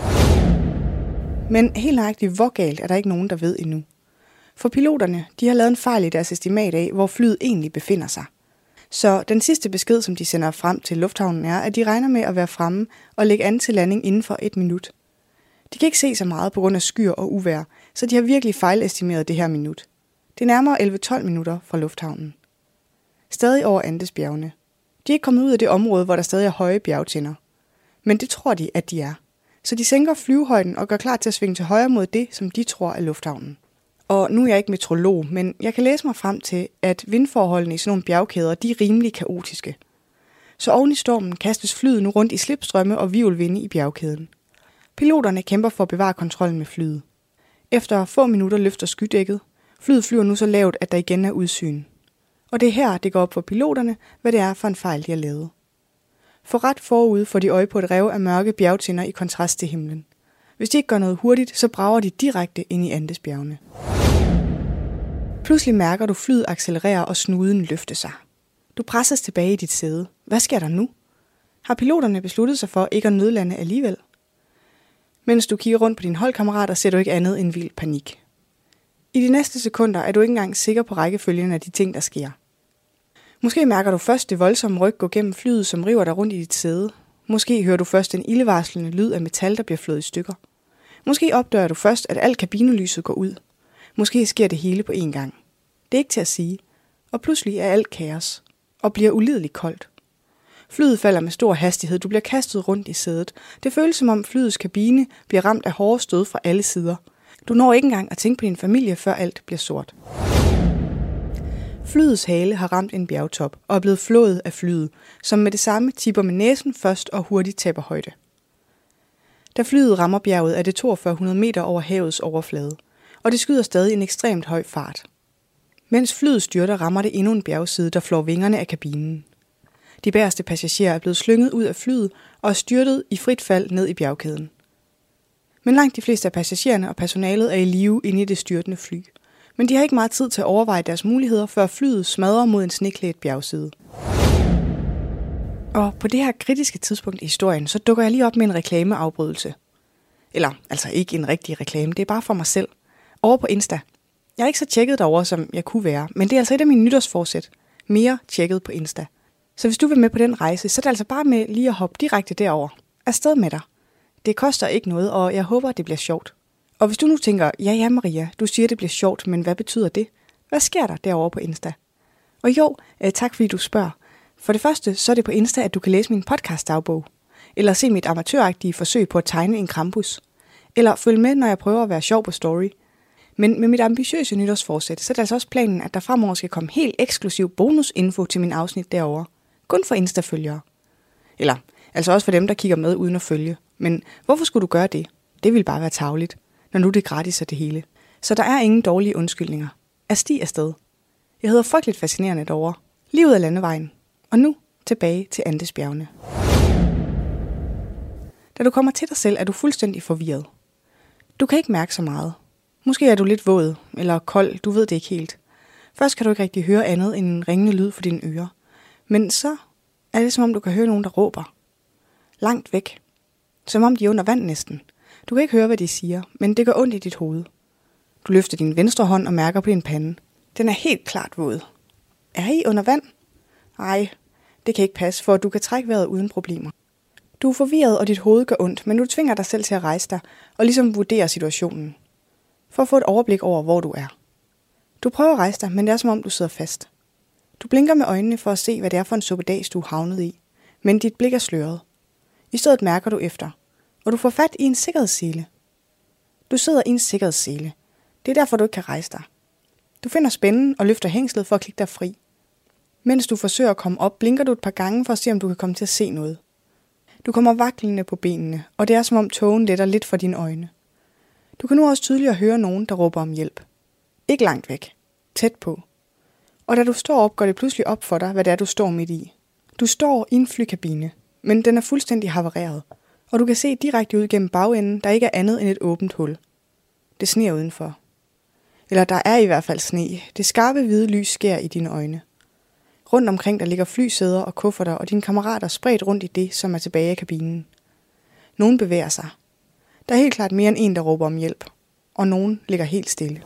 Men helt nøjagtigt, hvor galt er der ikke nogen, der ved endnu. For piloterne, de har lavet en fejl i deres estimat af, hvor flyet egentlig befinder sig. Så den sidste besked, som de sender frem til lufthavnen, er, at de regner med at være fremme og lægge an til landing inden for et minut. De kan ikke se så meget på grund af skyer og uvejr, så de har virkelig fejlestimeret det her minut. Det er nærmere elleve til tolv minutter fra lufthavnen. Stadig over Andesbjergene. De er ikke kommet ud af det område, hvor der stadig er høje bjergtinder. Men det tror de, at de er. Så de sænker flyvehøjden og gør klar til at svinge til højre mod det, som de tror er lufthavnen. Og nu er jeg ikke meteorolog, men jeg kan læse mig frem til, at vindforholdene i sådan nogle bjergkæder, de er rimelig kaotiske. Så oven i stormen kastes flyet nu rundt i slipstrømme og hvirvelvinde i bjergkæden. Piloterne kæmper for at bevare kontrollen med flyet. Efter få minutter løfter skydækket. Flyet flyver nu så lavt, at der igen er udsyn. Og det er her, det går op for piloterne, hvad det er for en fejl, de har lavet. For ret forud får de øje på et rev af mørke bjergtinder i kontrast til himlen. Hvis de ikke gør noget hurtigt, så brager de direkte ind i Andesbjergene. Pludselig mærker du flyet accelerere og snuden løfte sig. Du presses tilbage i dit sæde. Hvad sker der nu? Har piloterne besluttet sig for ikke at nødlande alligevel? Mens du kigger rundt på dine holdkammerater, ser du ikke andet end vild panik. I de næste sekunder er du ikke engang sikker på rækkefølgen af de ting, der sker. Måske mærker du først det voldsomme ryg gå gennem flyet, som river dig rundt i dit sæde. Måske hører du først den ildevarslende lyd af metal, der bliver flået i stykker. Måske opdager du først, at alt kabinelyset går ud. Måske sker det hele på én gang. Det er ikke til at sige. Og pludselig er alt kaos. Og bliver ulideligt koldt. Flyet falder med stor hastighed. Du bliver kastet rundt i sædet. Det føles som om flyets kabine bliver ramt af hårde stød fra alle sider. Du når ikke engang at tænke på din familie, før alt bliver sort. Flyets hale har ramt en bjergtop og er blevet flået af flyet, som med det samme tipper med næsen først og hurtigt taber højde. Da flyet rammer bjerget, er det toogfyrre hundrede meter over havets overflade, og det skyder stadig en ekstremt høj fart. Mens flyet styrter, rammer det endnu en bjergside, der flår vingerne af kabinen. De bagerste passagerer er blevet slynget ud af flyet og er styrtet i frit fald ned i bjergkæden. Men langt de fleste af passagererne og personalet er i live inde i det styrtende fly. Men de har ikke meget tid til at overveje deres muligheder, før flyet smadrer mod en sneklædt bjergside. Og på det her kritiske tidspunkt i historien, så dukker jeg lige op med en reklameafbrydelse. Eller altså ikke en rigtig reklame, det er bare for mig selv. Over på Insta. Jeg er ikke så tjekket derovre, som jeg kunne være, men det er altså et af mine nytårsforsæt. Mere tjekket på Insta. Så hvis du vil med på den rejse, så er det altså bare med lige at hoppe direkte derover. Afsted med dig. Det koster ikke noget, og jeg håber, det bliver sjovt. Og hvis du nu tænker, ja ja Maria, du siger, det bliver sjovt, men hvad betyder det? Hvad sker der derovre på Insta? Og jo, øh, tak fordi du spørger. For det første, så er det på Insta, at du kan læse min podcast-dagbog. Eller se mit amatøragtige forsøg på at tegne en Krampus. Eller følge med, når jeg prøver at være sjov på story. Men med mit ambitiøse nytårsforsæt, så er det altså også planen, at der fremover skal komme helt eksklusiv bonusinfo til min afsnit derovre. Kun for Insta-følgere. Eller altså også for dem, der kigger med uden at følge. Men hvorfor skulle du gøre det? Det vil bare være tarveligt, når nu det er gratis af det hele. Så der er ingen dårlige undskyldninger. Asti afsted. Jeg hedder frygteligt fascinerende derovre. Lige ud af landevejen. Og nu tilbage til Andesbjergene. Da du kommer til dig selv, er du fuldstændig forvirret. Du kan ikke mærke så meget. Måske er du lidt våd eller kold, du ved det ikke helt. Først kan du ikke rigtig høre andet end en ringende lyd for dine ører. Men så er det som om du kan høre nogen, der råber. Langt væk. Som om de er under vand næsten. Du kan ikke høre, hvad de siger, men det gør ondt i dit hoved. Du løfter din venstre hånd og mærker på din pande. Den er helt klart våd. Er I under vand? Nej, det kan ikke passe, for du kan trække vejret uden problemer. Du er forvirret, og dit hoved gør ondt, men du tvinger dig selv til at rejse dig og ligesom vurdere situationen. For at få et overblik over, hvor du er. Du prøver at rejse dig, men det er som om, du sidder fast. Du blinker med øjnene for at se, hvad det er for en suppedags, du er havnet i. Men dit blik er sløret. I stedet mærker du efter, og du får fat i en sikkerhedssele. Du sidder i en sikkerhedssele. Det er derfor, du ikke kan rejse dig. Du finder spænden og løfter hængslet for at klikke dig fri. Mens du forsøger at komme op, blinker du et par gange for at se, om du kan komme til at se noget. Du kommer vaklende på benene, og det er som om tågen letter lidt for dine øjne. Du kan nu også tydeligt høre nogen, der råber om hjælp. Ikke langt væk. Tæt på. Og da du står op, går det pludselig op for dig, hvad det er, du står midt i. Du står i en flykabine, men den er fuldstændig havareret, og du kan se direkte ud gennem bagenden, der ikke er andet end et åbent hul. Det sner udenfor. Eller der er i hvert fald sne. Det skarpe hvide lys skærer i dine øjne. Rundt omkring der ligger flysæder og kufferter, og dine kammerater spredt rundt i det, som er tilbage af kabinen. Nogen bevæger sig. Der er helt klart mere end en, der råber om hjælp, og nogen ligger helt stille.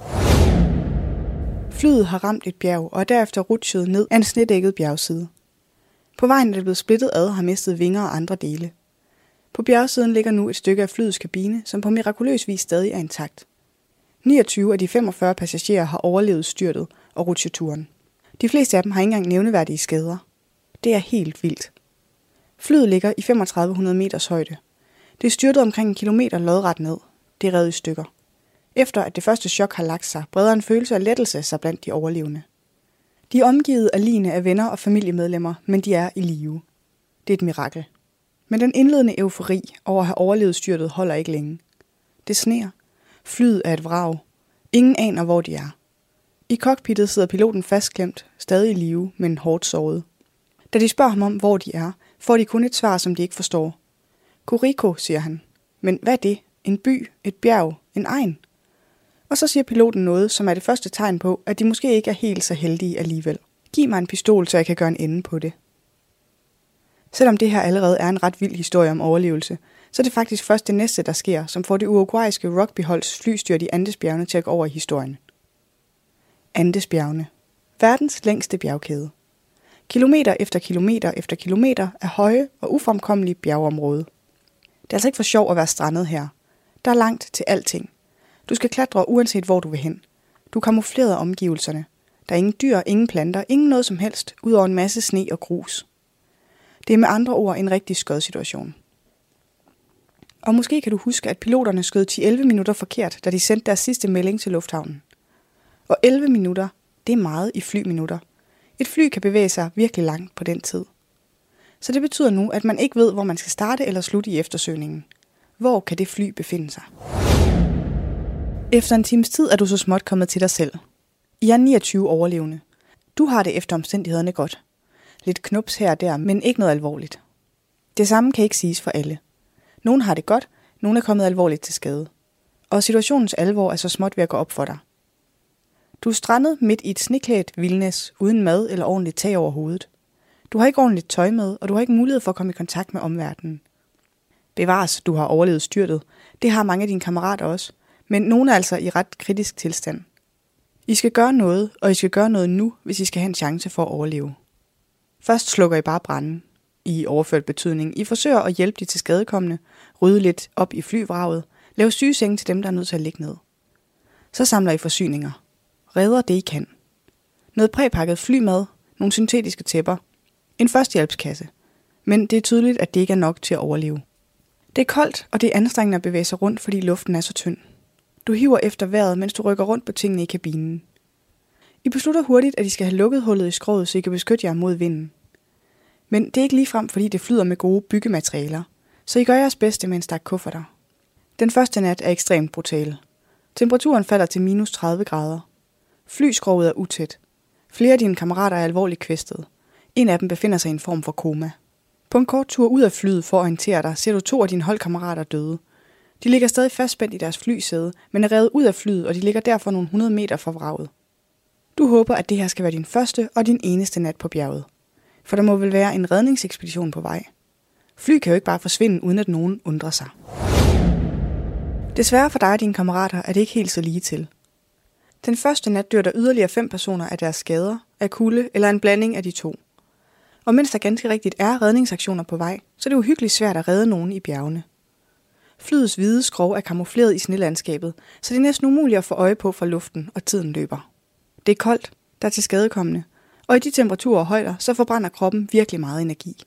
Flyet har ramt et bjerg, og er derefter rutsjet ned af en snedækket bjergside. På vejen er det blevet splittet ad og har mistet vinger og andre dele. På bjergsiden ligger nu et stykke af flyets kabine, som på mirakuløs vis stadig er intakt. niogtyve af de femogfyrre passagerer har overlevet styrtet og rutsjeturen. De fleste af dem har ikke engang nævneværdige skader. Det er helt vildt. Flyet ligger i femogtredive hundrede meters højde. Det er styrtet omkring en kilometer lodret ned. Det er revet i stykker. Efter at det første chok har lagt sig, breder en følelse af lettelse sig blandt de overlevende. De er omgivet af ligene af venner og familiemedlemmer, men de er i live. Det er et mirakel. Men den indledende eufori over at have overlevet styrtet holder ikke længe. Det sner. Flyet er et vrag. Ingen aner, hvor de er. I cockpittet sidder piloten fastklemt, stadig i live, men hårdt såret. Da de spørger ham om, hvor de er, får de kun et svar, som de ikke forstår. Curico, siger han. Men hvad er det? En by? Et bjerg? En egn? Og så siger piloten noget, som er det første tegn på, at de måske ikke er helt så heldige alligevel. Giv mig en pistol, så jeg kan gøre en ende på det. Selvom det her allerede er en ret vild historie om overlevelse, så er det faktisk først det næste, der sker, som får det uruguayske rugbyholds flystyrt i Andesbjergene til at gå over i historien. Andesbjergene. Verdens længste bjergkæde. Kilometer efter kilometer efter kilometer af høje og ufremkommelige bjergeområde. Det er altså ikke for sjov at være strandet her. Der er langt til alting. Du skal klatre uanset hvor du vil hen. Du er kamufleret af omgivelserne. Der er ingen dyr, ingen planter, ingen noget som helst, udover en masse sne og grus. Det er med andre ord en rigtig skodsituation. Og måske kan du huske, at piloterne skød ti til elleve minutter forkert, da de sendte deres sidste melding til lufthavnen. Og elleve minutter, det er meget i flyminutter. Et fly kan bevæge sig virkelig langt på den tid. Så det betyder nu, at man ikke ved, hvor man skal starte eller slutte i eftersøgningen. Hvor kan det fly befinde sig? Efter en times tid er du så småt kommet til dig selv. I er niogtyve overlevende. Du har det efter omstændighederne godt. Lidt knups her og der, men ikke noget alvorligt. Det samme kan ikke siges for alle. Nogle har det godt, nogle er kommet alvorligt til skade. Og situationens alvor er så småt ved at gå op for dig. Du er strandet midt i et sneklædt vildnis, uden mad eller ordentligt tag over hovedet. Du har ikke ordentligt tøj med, og du har ikke mulighed for at komme i kontakt med omverdenen. Bevares, du har overlevet styrtet. Det har mange af dine kammerater også, men nogle er altså i ret kritisk tilstand. I skal gøre noget, og I skal gøre noget nu, hvis I skal have en chance for at overleve. Først slukker I bare branden. I overført betydning. I forsøger at hjælpe de til skadekommende, rydde lidt op i flyvraget, lave sygesenge til dem, der er nødt til at ligge ned. Så samler I forsyninger. Redder det I kan. Noget præpakket flymad, nogle syntetiske tæpper, en førstehjælpskasse. Men det er tydeligt, at det ikke er nok til at overleve. Det er koldt, og det er anstrengende at bevæge sig rundt, fordi luften er så tynd. Du hiver efter vejret, mens du rykker rundt på tingene i kabinen. I beslutter hurtigt, at I skal have lukket hullet i skroget, så I kan beskytte jer mod vinden. Men det er ikke ligefrem, fordi det flyder med gode byggematerialer, så I gør jeres bedste med en stak kufferter. Den første nat er ekstremt brutal. Temperaturen falder til minus tredive grader. Flyskroget er utæt. Flere af dine kammerater er alvorligt kvæstet. En af dem befinder sig i en form for koma. På en kort tur ud af flyet for at orientere dig, ser du to af dine holdkammerater døde. De ligger stadig fastspændt i deres flysæde, men er revet ud af flyet, og de ligger derfor nogle hundrede meter fra vraget. Du håber, at det her skal være din første og din eneste nat på bjerget. For der må vel være en redningsekspedition på vej. Fly kan jo ikke bare forsvinde, uden at nogen undrer sig. Desværre for dig og dine kammerater er det ikke helt så lige til. Den første nat dør der yderligere fem personer af deres skader, af kulde eller en blanding af de to. Og mens der ganske rigtigt er redningsaktioner på vej, så er det uhyggeligt svært at redde nogen i bjergene. Flyets hvide skrov er kamufleret i snelandskabet, så det er næsten umuligt at få øje på fra luften, og tiden løber. Det er koldt, der er til skadekommende, og i de temperaturer og højder, så forbrænder kroppen virkelig meget energi.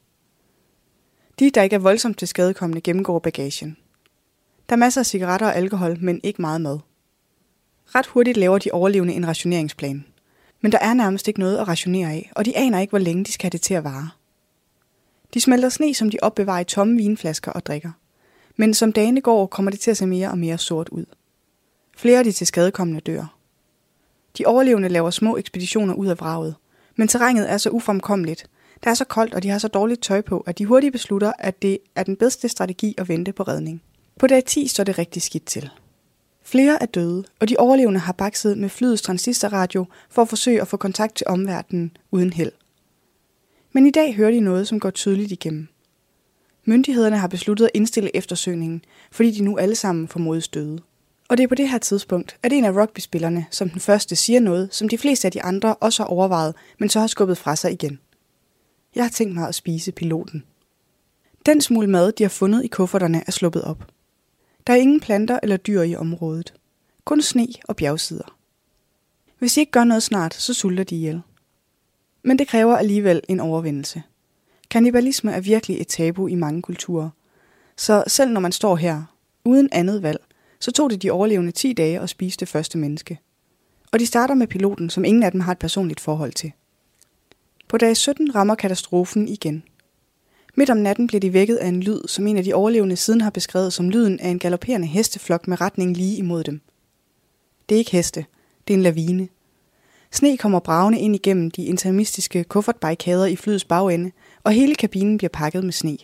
De, der ikke er voldsomt til skadekommende, gennemgår bagagen. Der er masser af cigaretter og alkohol, men ikke meget mad. Ret hurtigt laver de overlevende en rationeringsplan. Men der er nærmest ikke noget at rationere af, og de aner ikke, hvor længe de skal have det til at vare. De smelter sne, som de opbevarer i tomme vinflasker og drikker. Men som dagene går, kommer det til at se mere og mere sort ud. Flere af de til skadekommende dør. De overlevende laver små ekspeditioner ud af vraget, men terrænet er så ufremkommeligt. Der er så koldt, og de har så dårligt tøj på, at de hurtigt beslutter, at det er den bedste strategi at vente på redning. På dag ti står det rigtig skidt til. Flere er døde, og de overlevende har bakset med flyets transistorradio for at forsøge at få kontakt til omverdenen uden held. Men i dag hører de noget, som går tydeligt igennem. Myndighederne har besluttet at indstille eftersøgningen, fordi de nu alle sammen formodes døde. Og det er på det her tidspunkt, at en af rugbyspillerne som den første siger noget, som de fleste af de andre også har overvejet, men så har skubbet fra sig igen. Jeg har tænkt mig at spise piloten. Den smule mad, de har fundet i kufferterne, er sluppet op. Der er ingen planter eller dyr i området. Kun sne og bjergsider. Hvis I ikke gør noget snart, så sulter de ihjel. Men det kræver alligevel en overvindelse. Kannibalisme er virkelig et tabu i mange kulturer. Så selv når man står her, uden andet valg, så tog det de overlevende ti dage at spise det første menneske. Og de starter med piloten, som ingen af dem har et personligt forhold til. På dag sytten rammer katastrofen igen. Midt om natten bliver de vækket af en lyd, som en af de overlevende siden har beskrevet som lyden af en galopperende hesteflok med retning lige imod dem. Det er ikke heste, det er en lavine. Sne kommer bragende ind igennem de interimistiske kuffertbarrikader i flyets bagende, og hele kabinen bliver pakket med sne.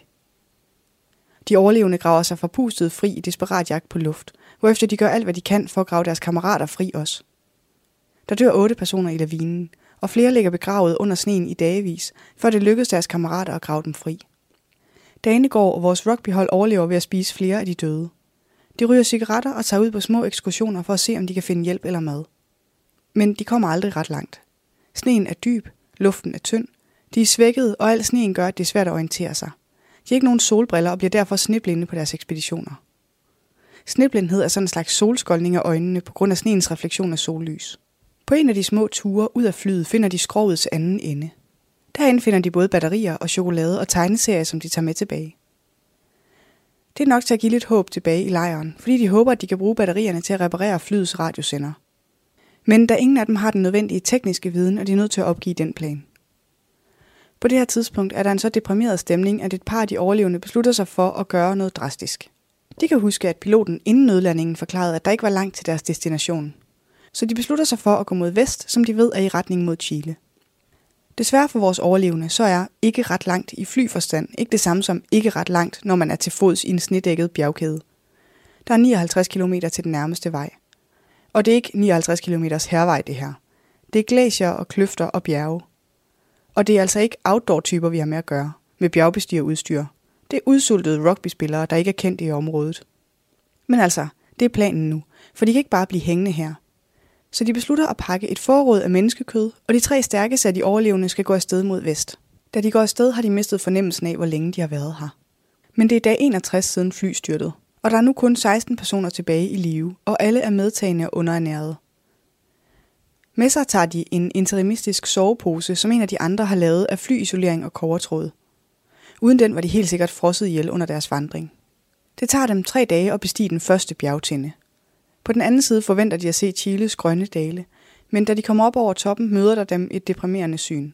De overlevende graver sig forpustet fri i desperat jagt på luft, hvorefter de gør alt, hvad de kan for at grave deres kammerater fri også. Der dør otte personer i lavinen, og flere ligger begravet under sneen i dagevis, før det lykkedes deres kammerater at grave dem fri. Dagene går, og vores rugbyhold overlever ved at spise flere af de døde. De ryger cigaretter og tager ud på små ekskursioner for at se, om de kan finde hjælp eller mad. Men de kommer aldrig ret langt. Sneen er dyb, luften er tynd, de er svækkede, og al sneen gør, at det er svært at orientere sig. De har ikke nogen solbriller og bliver derfor sneblinde på deres ekspeditioner. Sneblindhed er sådan en slags solskoldning af øjnene på grund af sneens refleksion af sollys. På en af de små ture ud af flyet finder de skrogets anden ende. Derinde finder de både batterier og chokolade og tegneserier, som de tager med tilbage. Det er nok til at give lidt håb tilbage i lejren, fordi de håber, at de kan bruge batterierne til at reparere flyets radiosender. Men da ingen af dem har den nødvendige tekniske viden, er de nødt til at opgive den plan. På det her tidspunkt er der en så deprimeret stemning, at et par af de overlevende beslutter sig for at gøre noget drastisk. De kan huske, at piloten inden nødlandingen forklarede, at der ikke var langt til deres destination. Så de beslutter sig for at gå mod vest, som de ved er i retning mod Chile. Desværre for vores overlevende, så er ikke ret langt i flyforstand ikke det samme som ikke ret langt, når man er til fods i en snedækket bjergkæde. Der er nioghalvtreds kilometer til den nærmeste vej. Og det er ikke nioghalvtreds kilometers hervej det her. Det er glacier og kløfter og bjerge. Og det er altså ikke outdoor-typer, vi har med at gøre, med bjergbestigerudstyr. Det er udsultede rugbyspillere, der ikke er kendt i området. Men altså, det er planen nu, for de kan ikke bare blive hængende her. Så de beslutter at pakke et forråd af menneskekød, og de tre stærkeste af de overlevende skal gå afsted mod vest. Da de går afsted, har de mistet fornemmelsen af, hvor længe de har været her. Men det er dag enogtres siden flystyrtet, og der er nu kun seksten personer tilbage i live, og alle er medtagende og underernærede. Med sig tager de en interimistisk sovepose, som en af de andre har lavet af flyisolering og kobbertråd. Uden den var de helt sikkert frosset ihjel under deres vandring. Det tager dem tre dage at bestige den første bjergtinde. På den anden side forventer de at se Chiles grønne dale, men da de kommer op over toppen, møder der dem et deprimerende syn.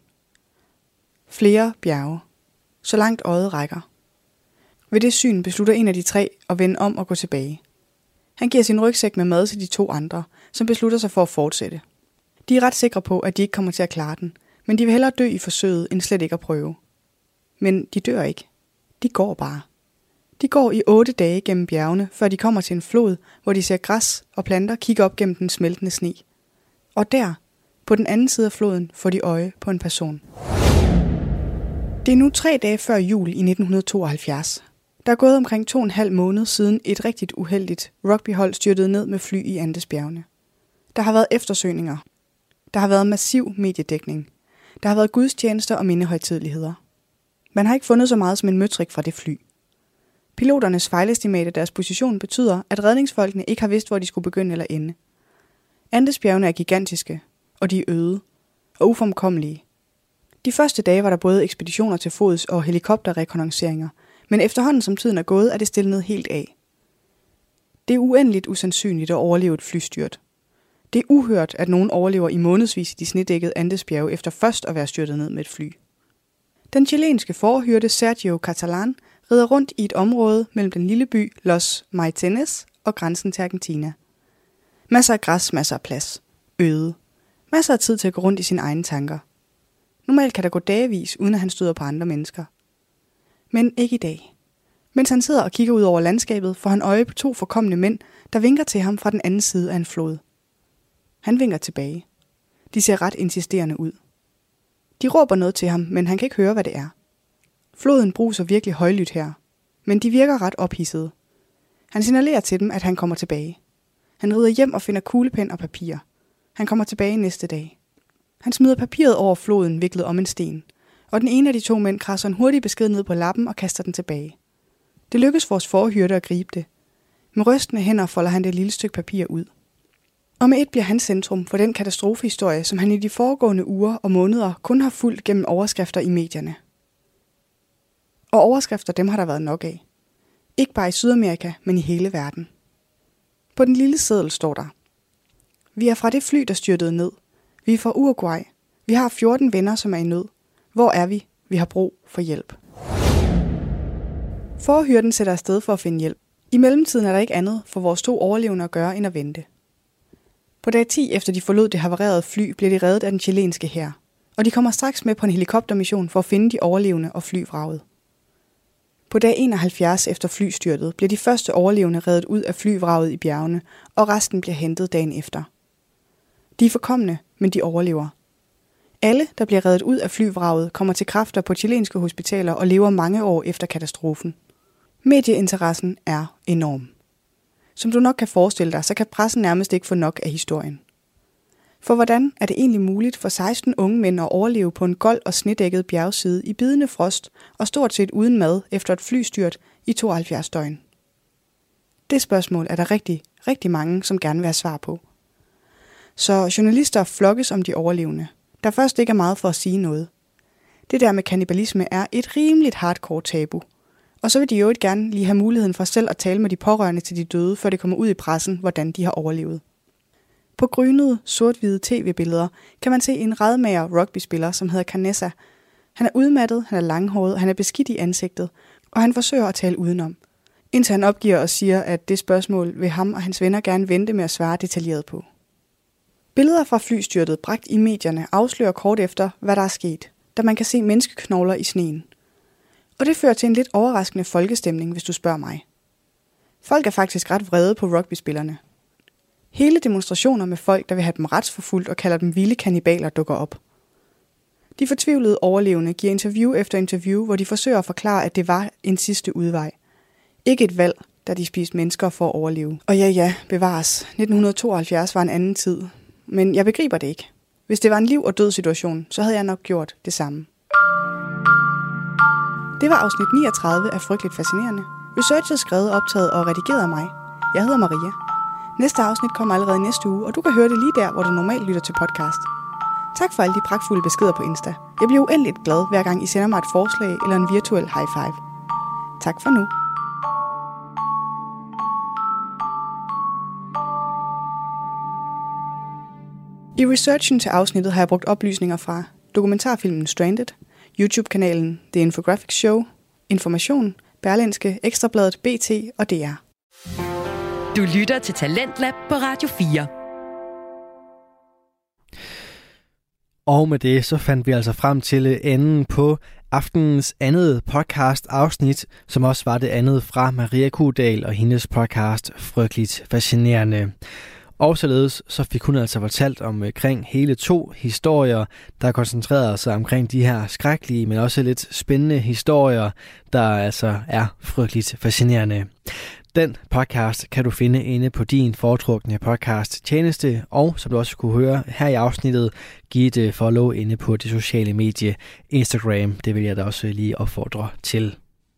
Flere bjerge. Så langt øjet rækker. Ved det syn beslutter en af de tre at vende om og gå tilbage. Han giver sin rygsæk med mad til de to andre, som beslutter sig for at fortsætte. De er ret sikre på, at de ikke kommer til at klare den, men de vil hellere dø i forsøget, end slet ikke at prøve. Men de dør ikke. De går bare. De går i otte dage gennem bjergene, før de kommer til en flod, hvor de ser græs og planter kigge op gennem den smeltende sne. Og der, på den anden side af floden, får de øje på en person. Det er nu tre dage før jul i nitten tooghalvfjerds. Der er gået omkring to og en halv måned siden et rigtigt uheldigt rugbyhold styrtede ned med fly i Andesbjergene. Der har været eftersøgninger. Der har været massiv mediedækning. Der har været gudstjenester og mindehøjtideligheder. Man har ikke fundet så meget som en møtrik fra det fly. Piloternes fejlestimat af deres position betyder, at redningsfolkene ikke har vidst, hvor de skulle begynde eller ende. Andesbjergene er gigantiske, og de er øde og ufremkommelige. De første dage var der både ekspeditioner til fods og helikopterrekognosceringer, men efterhånden som tiden er gået, er det stillet helt af. Det er uendeligt usandsynligt at overleve et flystyrt. Det er uhørt, at nogen overlever i månedsvis i de snedækkede Andesbjerge efter først at være styrtet ned med et fly. Den chilenske forhyrte Sergio Catalán rider rundt i et område mellem den lille by Los Maitenes og grænsen til Argentina. Masser af græs, masser af plads. Øde. Masser af tid til at gå rundt i sine egne tanker. Normalt kan der gå dagevis, uden at han støder på andre mennesker. Men ikke i dag. Mens han sidder og kigger ud over landskabet, får han øje på to forkomne mænd, der vinker til ham fra den anden side af en flod. Han vinker tilbage. De ser ret insisterende ud. De råber noget til ham, men han kan ikke høre, hvad det er. Floden bruser virkelig højlydt her, men de virker ret ophidsede. Han signalerer til dem, at han kommer tilbage. Han rider hjem og finder kuglepen og papir. Han kommer tilbage næste dag. Han smider papiret over floden viklet om en sten, og den ene af de to mænd krasser en hurtig besked ned på lappen og kaster den tilbage. Det lykkes vores forhyrte at gribe det. Med rystende hænder folder han det lille stykke papir ud. Og med et bliver han centrum for den katastrofehistorie, som han i de foregående uger og måneder kun har fulgt gennem overskrifter i medierne. Og overskrifter, dem har der været nok af. Ikke bare i Sydamerika, men i hele verden. På den lille seddel står der: Vi er fra det fly, der styrtede ned. Vi er fra Uruguay. Vi har fjorten venner, som er i nød. Hvor er vi? Vi har brug for hjælp. Forhyrden sætter afsted for at finde hjælp. I mellemtiden er der ikke andet for vores to overlevende at gøre end at vente. På dag ti efter de forlod det havarerede fly, bliver de reddet af den chilenske hær. Og de kommer straks med på en helikoptermission for at finde de overlevende og flyvraget. På dag enoghalvfjerds efter flystyrtet bliver de første overlevende reddet ud af flyvraget i bjergene, og resten bliver hentet dagen efter. De er forkomne, men de overlever. Alle, der bliver reddet ud af flyvraget, kommer til kræfter på chilenske hospitaler og lever mange år efter katastrofen. Medieinteressen er enorm. Som du nok kan forestille dig, så kan pressen nærmest ikke få nok af historien. For hvordan er det egentlig muligt for seksten unge mænd at overleve på en gold og snedækket bjergside i bidende frost og stort set uden mad efter et flystyrt i tooghalvfjerds døgn? Det spørgsmål er der rigtig, rigtig mange, som gerne vil have svar på. Så journalister flokkes om de overlevende, der først ikke er meget for at sige noget. Det der med kannibalisme er et rimeligt hardcore tabu. Og så vil de jo ikke gerne lige have muligheden for selv at tale med de pårørende til de døde, før det kommer ud i pressen, hvordan de har overlevet. På grynede, sort-hvide tv-billeder kan man se en radmager rugbyspiller, som hedder Canessa. Han er udmattet, han er langhåret, han er beskidt i ansigtet, og han forsøger at tale udenom. Indtil han opgiver og siger, at det spørgsmål vil ham og hans venner gerne vente med at svare detaljeret på. Billeder fra flystyrtet bragt i medierne afslører kort efter, hvad der er sket, da man kan se menneskeknogler i sneen. Og det fører til en lidt overraskende folkestemning, hvis du spørger mig. Folk er faktisk ret vrede på rugbyspillerne. Hele demonstrationer med folk, der vil have dem retsforfulgt og kalder dem vilde kannibaler, dukker op. De fortvivlede overlevende giver interview efter interview, hvor de forsøger at forklare, at det var en sidste udvej. Ikke et valg, da de spiste mennesker for at overleve. Og ja, ja, bevares. nitten tooghalvfjerds var en anden tid. Men jeg begriber det ikke. Hvis det var en liv- og død situation, så havde jeg nok gjort det samme. Det var afsnit niogtredive af Frygteligt Fascinerende. Researchet, skrevet, optaget og redigeret af mig. Jeg hedder Maria. Næste afsnit kommer allerede næste uge, og du kan høre det lige der, hvor du normalt lytter til podcast. Tak for alle de pragtfulde beskeder på Insta. Jeg bliver uendeligt glad, hver gang I sender mig et forslag eller en virtuel high five. Tak for nu. I researchen til afsnittet har jeg brugt oplysninger fra dokumentarfilmen Stranded, YouTube-kanalen The Infographics Show, Information, Berlingske, Ekstrabladet, B T og D R. Du lytter til Talentlab på Radio fire. Og med det, så fandt vi altså frem til enden på aftenens andet podcast afsnit, som også var det andet fra Maria Kudal og hendes podcast Frygteligt Fascinerende. Og således så fik hun altså fortalt omkring hele to historier, der koncentrerede sig omkring de her skrækkelige, men også lidt spændende historier, der altså er frygteligt fascinerende. Den podcast kan du finde inde på din foretrukne podcast tjeneste, og som du også kunne høre her i afsnittet, giv et follow inde på det sociale medie Instagram. Det vil jeg da også lige opfordre til.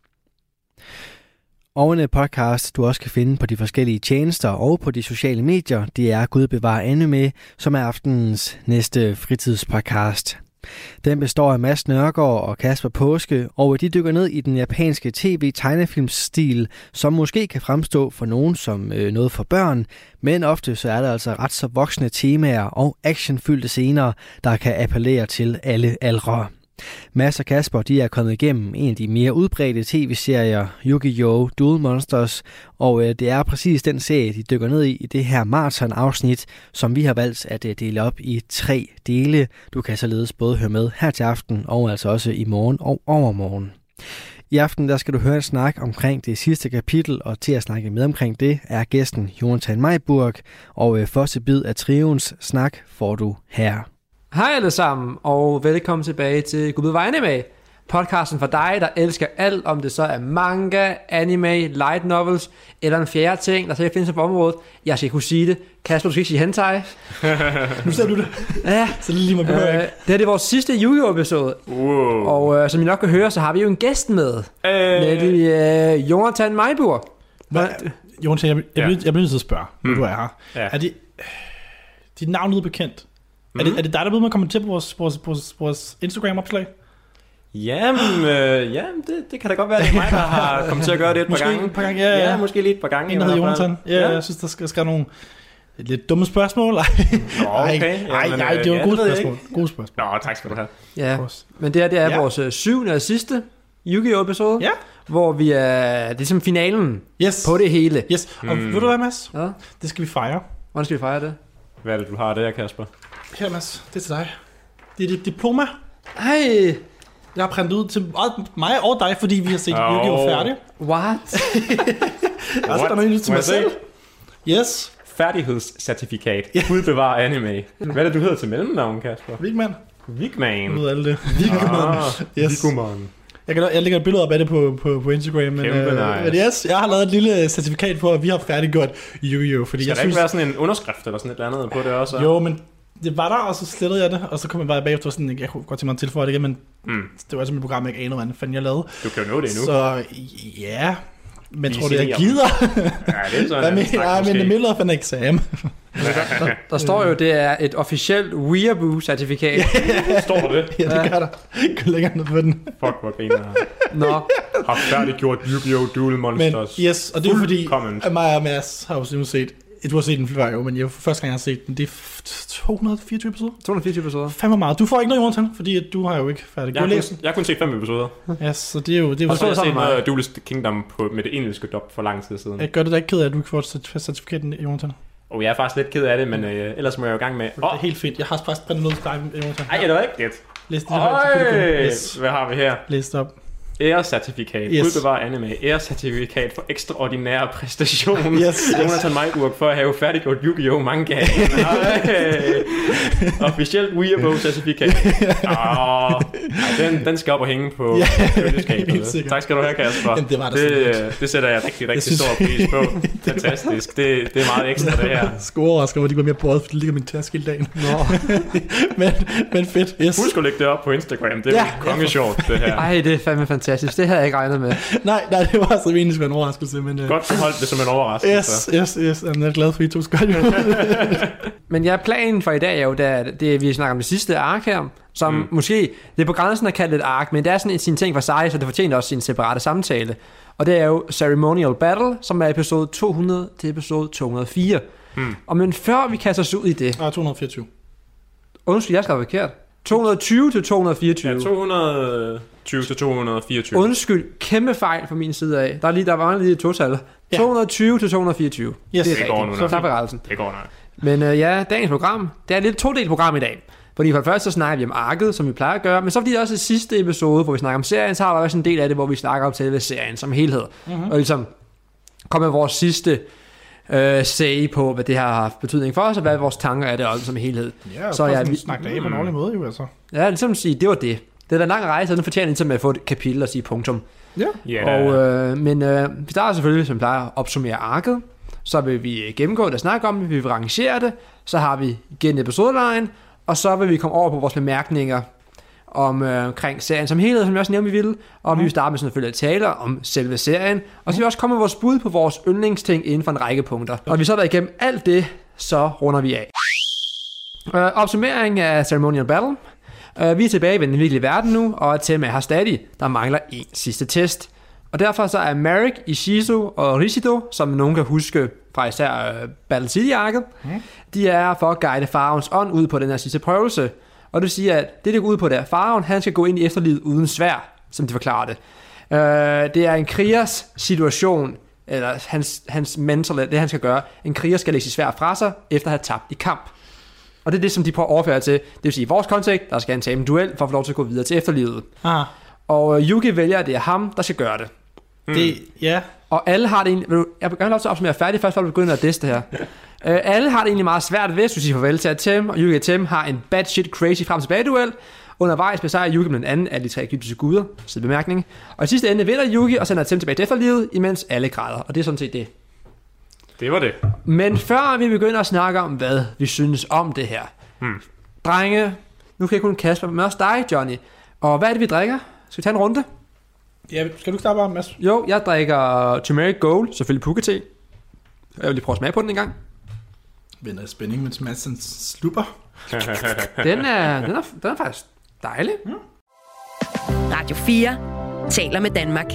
Og en podcast, du også kan finde på de forskellige tjenester og på de sociale medier, det er Gud bevare anime, som er aftenens næste fritidspodcast. Den består af Mads Nørgaard og Kasper Påske, og de dykker ned i den japanske tv-tegnefilmsstil, som måske kan fremstå for nogen som øh, noget for børn, men ofte så er der altså ret så voksne temaer og actionfyldte scener, der kan appellere til alle aldre. Mads og Kasper, de er kommet igennem en af de mere udbredte tv-serier, Yu-Gi-Oh! Duel Monsters, og øh, det er præcis den serie, de dykker ned i i det her marathon-afsnit, som vi har valgt at øh, dele op i tre dele. Du kan således både høre med her til aften, og altså også i morgen og overmorgen. I aften der skal du høre en snak omkring det sidste kapitel, og til at snakke med omkring det er gæsten Jonathan Meiburg, og øh, første bid af trioens snak får du her. Hej alle sammen, og velkommen tilbage til Gud bevare anime, podcasten for dig, der elsker alt, om det så er manga, anime, light novels, eller en fjerde ting, der sikkert findes på området. Jeg skal ikke kunne sige det. Kasper, du skal ikke sige hentai. Nu ser du det. Ja. Så lige mig på, øh, ikke? Det er det vores sidste Yu-Gi-Oh! Episode. Wow. Og øh, som I nok kan høre, så har vi jo en gæst med. Øh. Nemlig øh, Jonathan Meiburg. Jonathan, jeg, jeg, jeg, jeg bliver nødt til at spørge, mm. du er her. Ja. Er det... Dit navn lyder bekendt. Mm. Er, det, er det dig, der ved med at kommentere på vores, vores, vores, vores Instagram-opslag? Jamen, øh, ja, det, det kan da godt være, det er mig, der har kommet til at gøre det et par Måske gange. et par gange, ja, ja. Ja, måske lige et par gange. En, der hedder Jonathan. Ja, ja, jeg synes, der skal, skal nogle lidt dumme spørgsmål. Ej, okay. nej, Jamen, nej, det var ja, gode det ved jeg spørgsmål. Gode spørgsmål. Nå, tak skal du have. Ja, men det her det er Ja. vores øh, syvende og sidste Yu-Gi-Oh! Episode, Ja. hvor vi er, det er som finalen Yes. på det hele. Yes, og ved du hvad, Mads? Ja. Det skal vi fejre. Hvordan skal vi fejre det? Hvad er det, du har der, Kasper? Her, Mads, det er til dig. Det er dit diploma. Ej, Jeg har printet ud til mig og dig, fordi vi har set Åh. Yu-Gi-Oh! færdig. what? Jeg skal noget nyt til Må mig jeg se? selv. Yes. Færdighedscertifikat. Gud bevar anime. Hvad er det, du hedder til mellemnavn, Kasper? Vigman. Vigman. Nu ved alle det. Ah, Yes. Vigman. Jeg, kan, jeg lægger et billede op af det på, på, på Instagram. Men, Kæmpe øh, nice. men yes, jeg har lavet et lille certifikat på, at vi har færdiggjort Yu-Gi-Oh! Fordi Skal jeg der ikke synes, være sådan en underskrift eller sådan et eller andet på det også? jo, men det var der, og så slettede jeg det, og så kom jeg bare bagefter sådan, jeg kunne godt tænke mig at tilføje det igen, men Mm. det var altså mit program, jeg ikke anede, hvad fanden jeg lavede. Du kan jo nå det endnu. Så ja, men Lige tror du, jeg sige gider? Ja, det er sådan Hvad en mener snak jeg? måske. Men det middle of an exam. Der, der står jo, det er et officielt Weeaboo-certifikat. Står der det? Ja, det gør der. Gå længere ned på den. Fuck, hvor griner jeg. Nå, Har færdiggjort Yu-Gi-Oh! Duel Men Monsters. yes, og det er jo fordi, Fuldkomment. at mig og Mads har jo simpelthen set, du har set den før jo, men jeg, første gang jeg har set den, det er to hundrede og fireogtyve episoder. to hundrede og fireogtyve episoder. Fandme meget. Du får ikke noget, Jonathan, fordi at du har jo ikke færdig. Jeg Du har, læst kun, jeg har kun set fem episoder. den. Ja, så det er jo... Det er jo Og så har jeg sammen set med noget mig. af Duelist Kingdom på, med det engelske dub for lang tid siden. jeg gør det da ikke ked af, at du ikke får et certifikat, Jonathan. Og jeg er faktisk lidt ked af det, men øh, ellers må jeg jo i gang med... Det er helt fedt. Jeg har faktisk printet noget til dig, Jonathan. Ej, er det rigtigt? Læs det højt. Øj, Yes. hvad har vi her? Læs det op. Ærecertifikat. Yes. Gud bevar anime. Ærecertifikat for ekstraordinære præstation. Yes. Jonathan Majburg for at have færdiggjort Yu-Gi-Oh! Manga. Nej. Officielt Weeaboo certifikat. Åh, den, den skal op og hænge på Ja, køleskabet. helt sikkert. Tak skal du have, Kasper. Jamen, det var da det, så øh, det sætter jeg rigtig, rigtig synes- stor pris på. Fantastisk. Det, det er meget ekstra, det her. Jeg skulle overraske mig, at de var mere båret, for det ligger min taske hele dagen. Nå. men, men fedt. Yes. Husk at lægge det op på Instagram. Det er Ja. ja, kongesjovt, det her. Ej, det er fandme fantastisk. Det havde jeg ikke regnet med. Nej, nej, det var så egentlig en overraskelse, men... Uh, Godt beholdt det som en overraskelse. Yes, yes, yes. Jeg er glad for, at I to skal gøre det. Men ja, planen for i dag er jo, det, det vi snakker om det sidste ark her, som mm. måske, det er på grænsen at kalde det et ark, men det er sådan en sin ting for sig, så det fortjener også sin separate samtale. Og det er jo Ceremonial Battle, som er episode to hundrede til episode to hundrede og fire. Mm. Og men før vi kaster os ud i det, Ah, to hundrede og fireogtyve. undskyld, jeg skrev forkert. to hundrede og tyve til to hundrede og fireogtyve. Ja, to hundrede og tyve til to hundrede og fireogtyve. Undskyld, kæmpe fejl fra min side af. Der er lige, der var lige et total. Ja. to hundrede og tyve til to hundrede og fireogtyve. Yes. Det er Det går nu rigtigt. nok. Så tak for rettelsen. Det går nok. Men øh, ja, dagens program, det er et lidt to-delt program i dag. Fordi for det første så snakker vi om arket, som vi plejer at gøre, men så fordi det også er sidste episode, hvor vi snakker om serien, så har der også en del af det, hvor vi snakker om selve serien som helhed. Mm-hmm. Og ligesom kommer med vores sidste øh, say på, hvad det her har haft betydning for os, og hvad vores tanker er det om som helhed. Ja, Så så ja, jeg vi- vi... snakke det af på en ordentlig måde, jo altså. Ja, ligesom at sige, det var det. Det er en lang rejse, og den fortjener ligesom at få et kapitel og sige punktum. Ja. Ja. Og, øh, men øh, vi starter selvfølgelig, som plejer, at opsummere arket. Så vil vi gennemgå det og snakke om det, vi vil rangere det. Så har vi igen episodelejen, og så vil vi komme over på vores bemærkninger om, øh, omkring serien som helhed, som jeg også nævnte, vi ville. Og mm. vi vil starte med sådan selvfølgelig at tale om selve serien. Og så vil vi også komme med vores bud på vores yndlingsting inden for en række punkter. Og vi så været igennem alt det, så runder vi af. Øh, opsummering af Ceremonial Battle. Uh, vi er tilbage i den virkelige verden nu, og Tema har stadig, der mangler en sidste test. Og derfor så er Merrick, Ishizu og Rishido, som nogen kan huske fra især uh, Battle City-arket, mm. de er for at guide Faraons ånd ud på den her sidste prøvelse. Og det vil sige, at det, det går ud på, det er, Faraon han skal gå ind i efterlivet uden svær, som de forklarer det. Uh, det er en krigers situation, eller hans, hans mental, det han skal gøre. En kriger skal lægge sit svær fra sig, efter at have tabt i kamp. Og det er det, som de prøver at overføre til. Det vil sige, i vores kontekst, der skal han tage en duel, for at få lov til at gå videre til efterlivet. Ah, Og uh, Yugi vælger, at det er ham, der skal gøre det. mm. det... Ja. Og alle har det egentlig... vil du- Jeg vil gerne have lov til at opsummere færdigt, først for at begynde at deste her. uh, alle har det egentlig meget svært ved at sige farvel til Atem, og Yugi og Atem har en bad shit crazy frem tilbage duel. Undervejs besejrer Yugi blandt andet af de tre egyptiske guder, side bemærkning. Og i sidste ende vinder Yugi og sender Atem tilbage til efterlivet, imens alle græder. Og det er sådan set det. Det var det. Men før vi begynder at snakke om, hvad vi synes om det her. Hmm. Drenge, nu kan jeg kun Kasper, men også dig, Johnny. Og hvad er det, vi drikker? Skal vi tage en runde? Ja, skal du ikke starte bare, Mads? Jo, jeg drikker turmeric gold, selvfølgelig pukke-te. Jeg vil lige prøve at smage på den en gang. Venter i spænding, mens Mads han slupper. Den er, den er, den er faktisk dejlig. Mm. Radio fire taler med Danmark.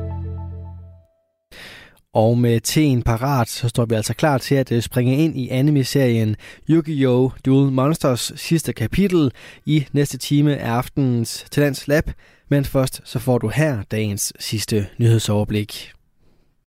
Og med teen parat, så står vi altså klar til at springe ind i anime-serien Yu-Gi-Oh! Duel Monsters sidste kapitel i næste time af aftenens Talents Lab. Men først så får du her dagens sidste nyhedsoverblik.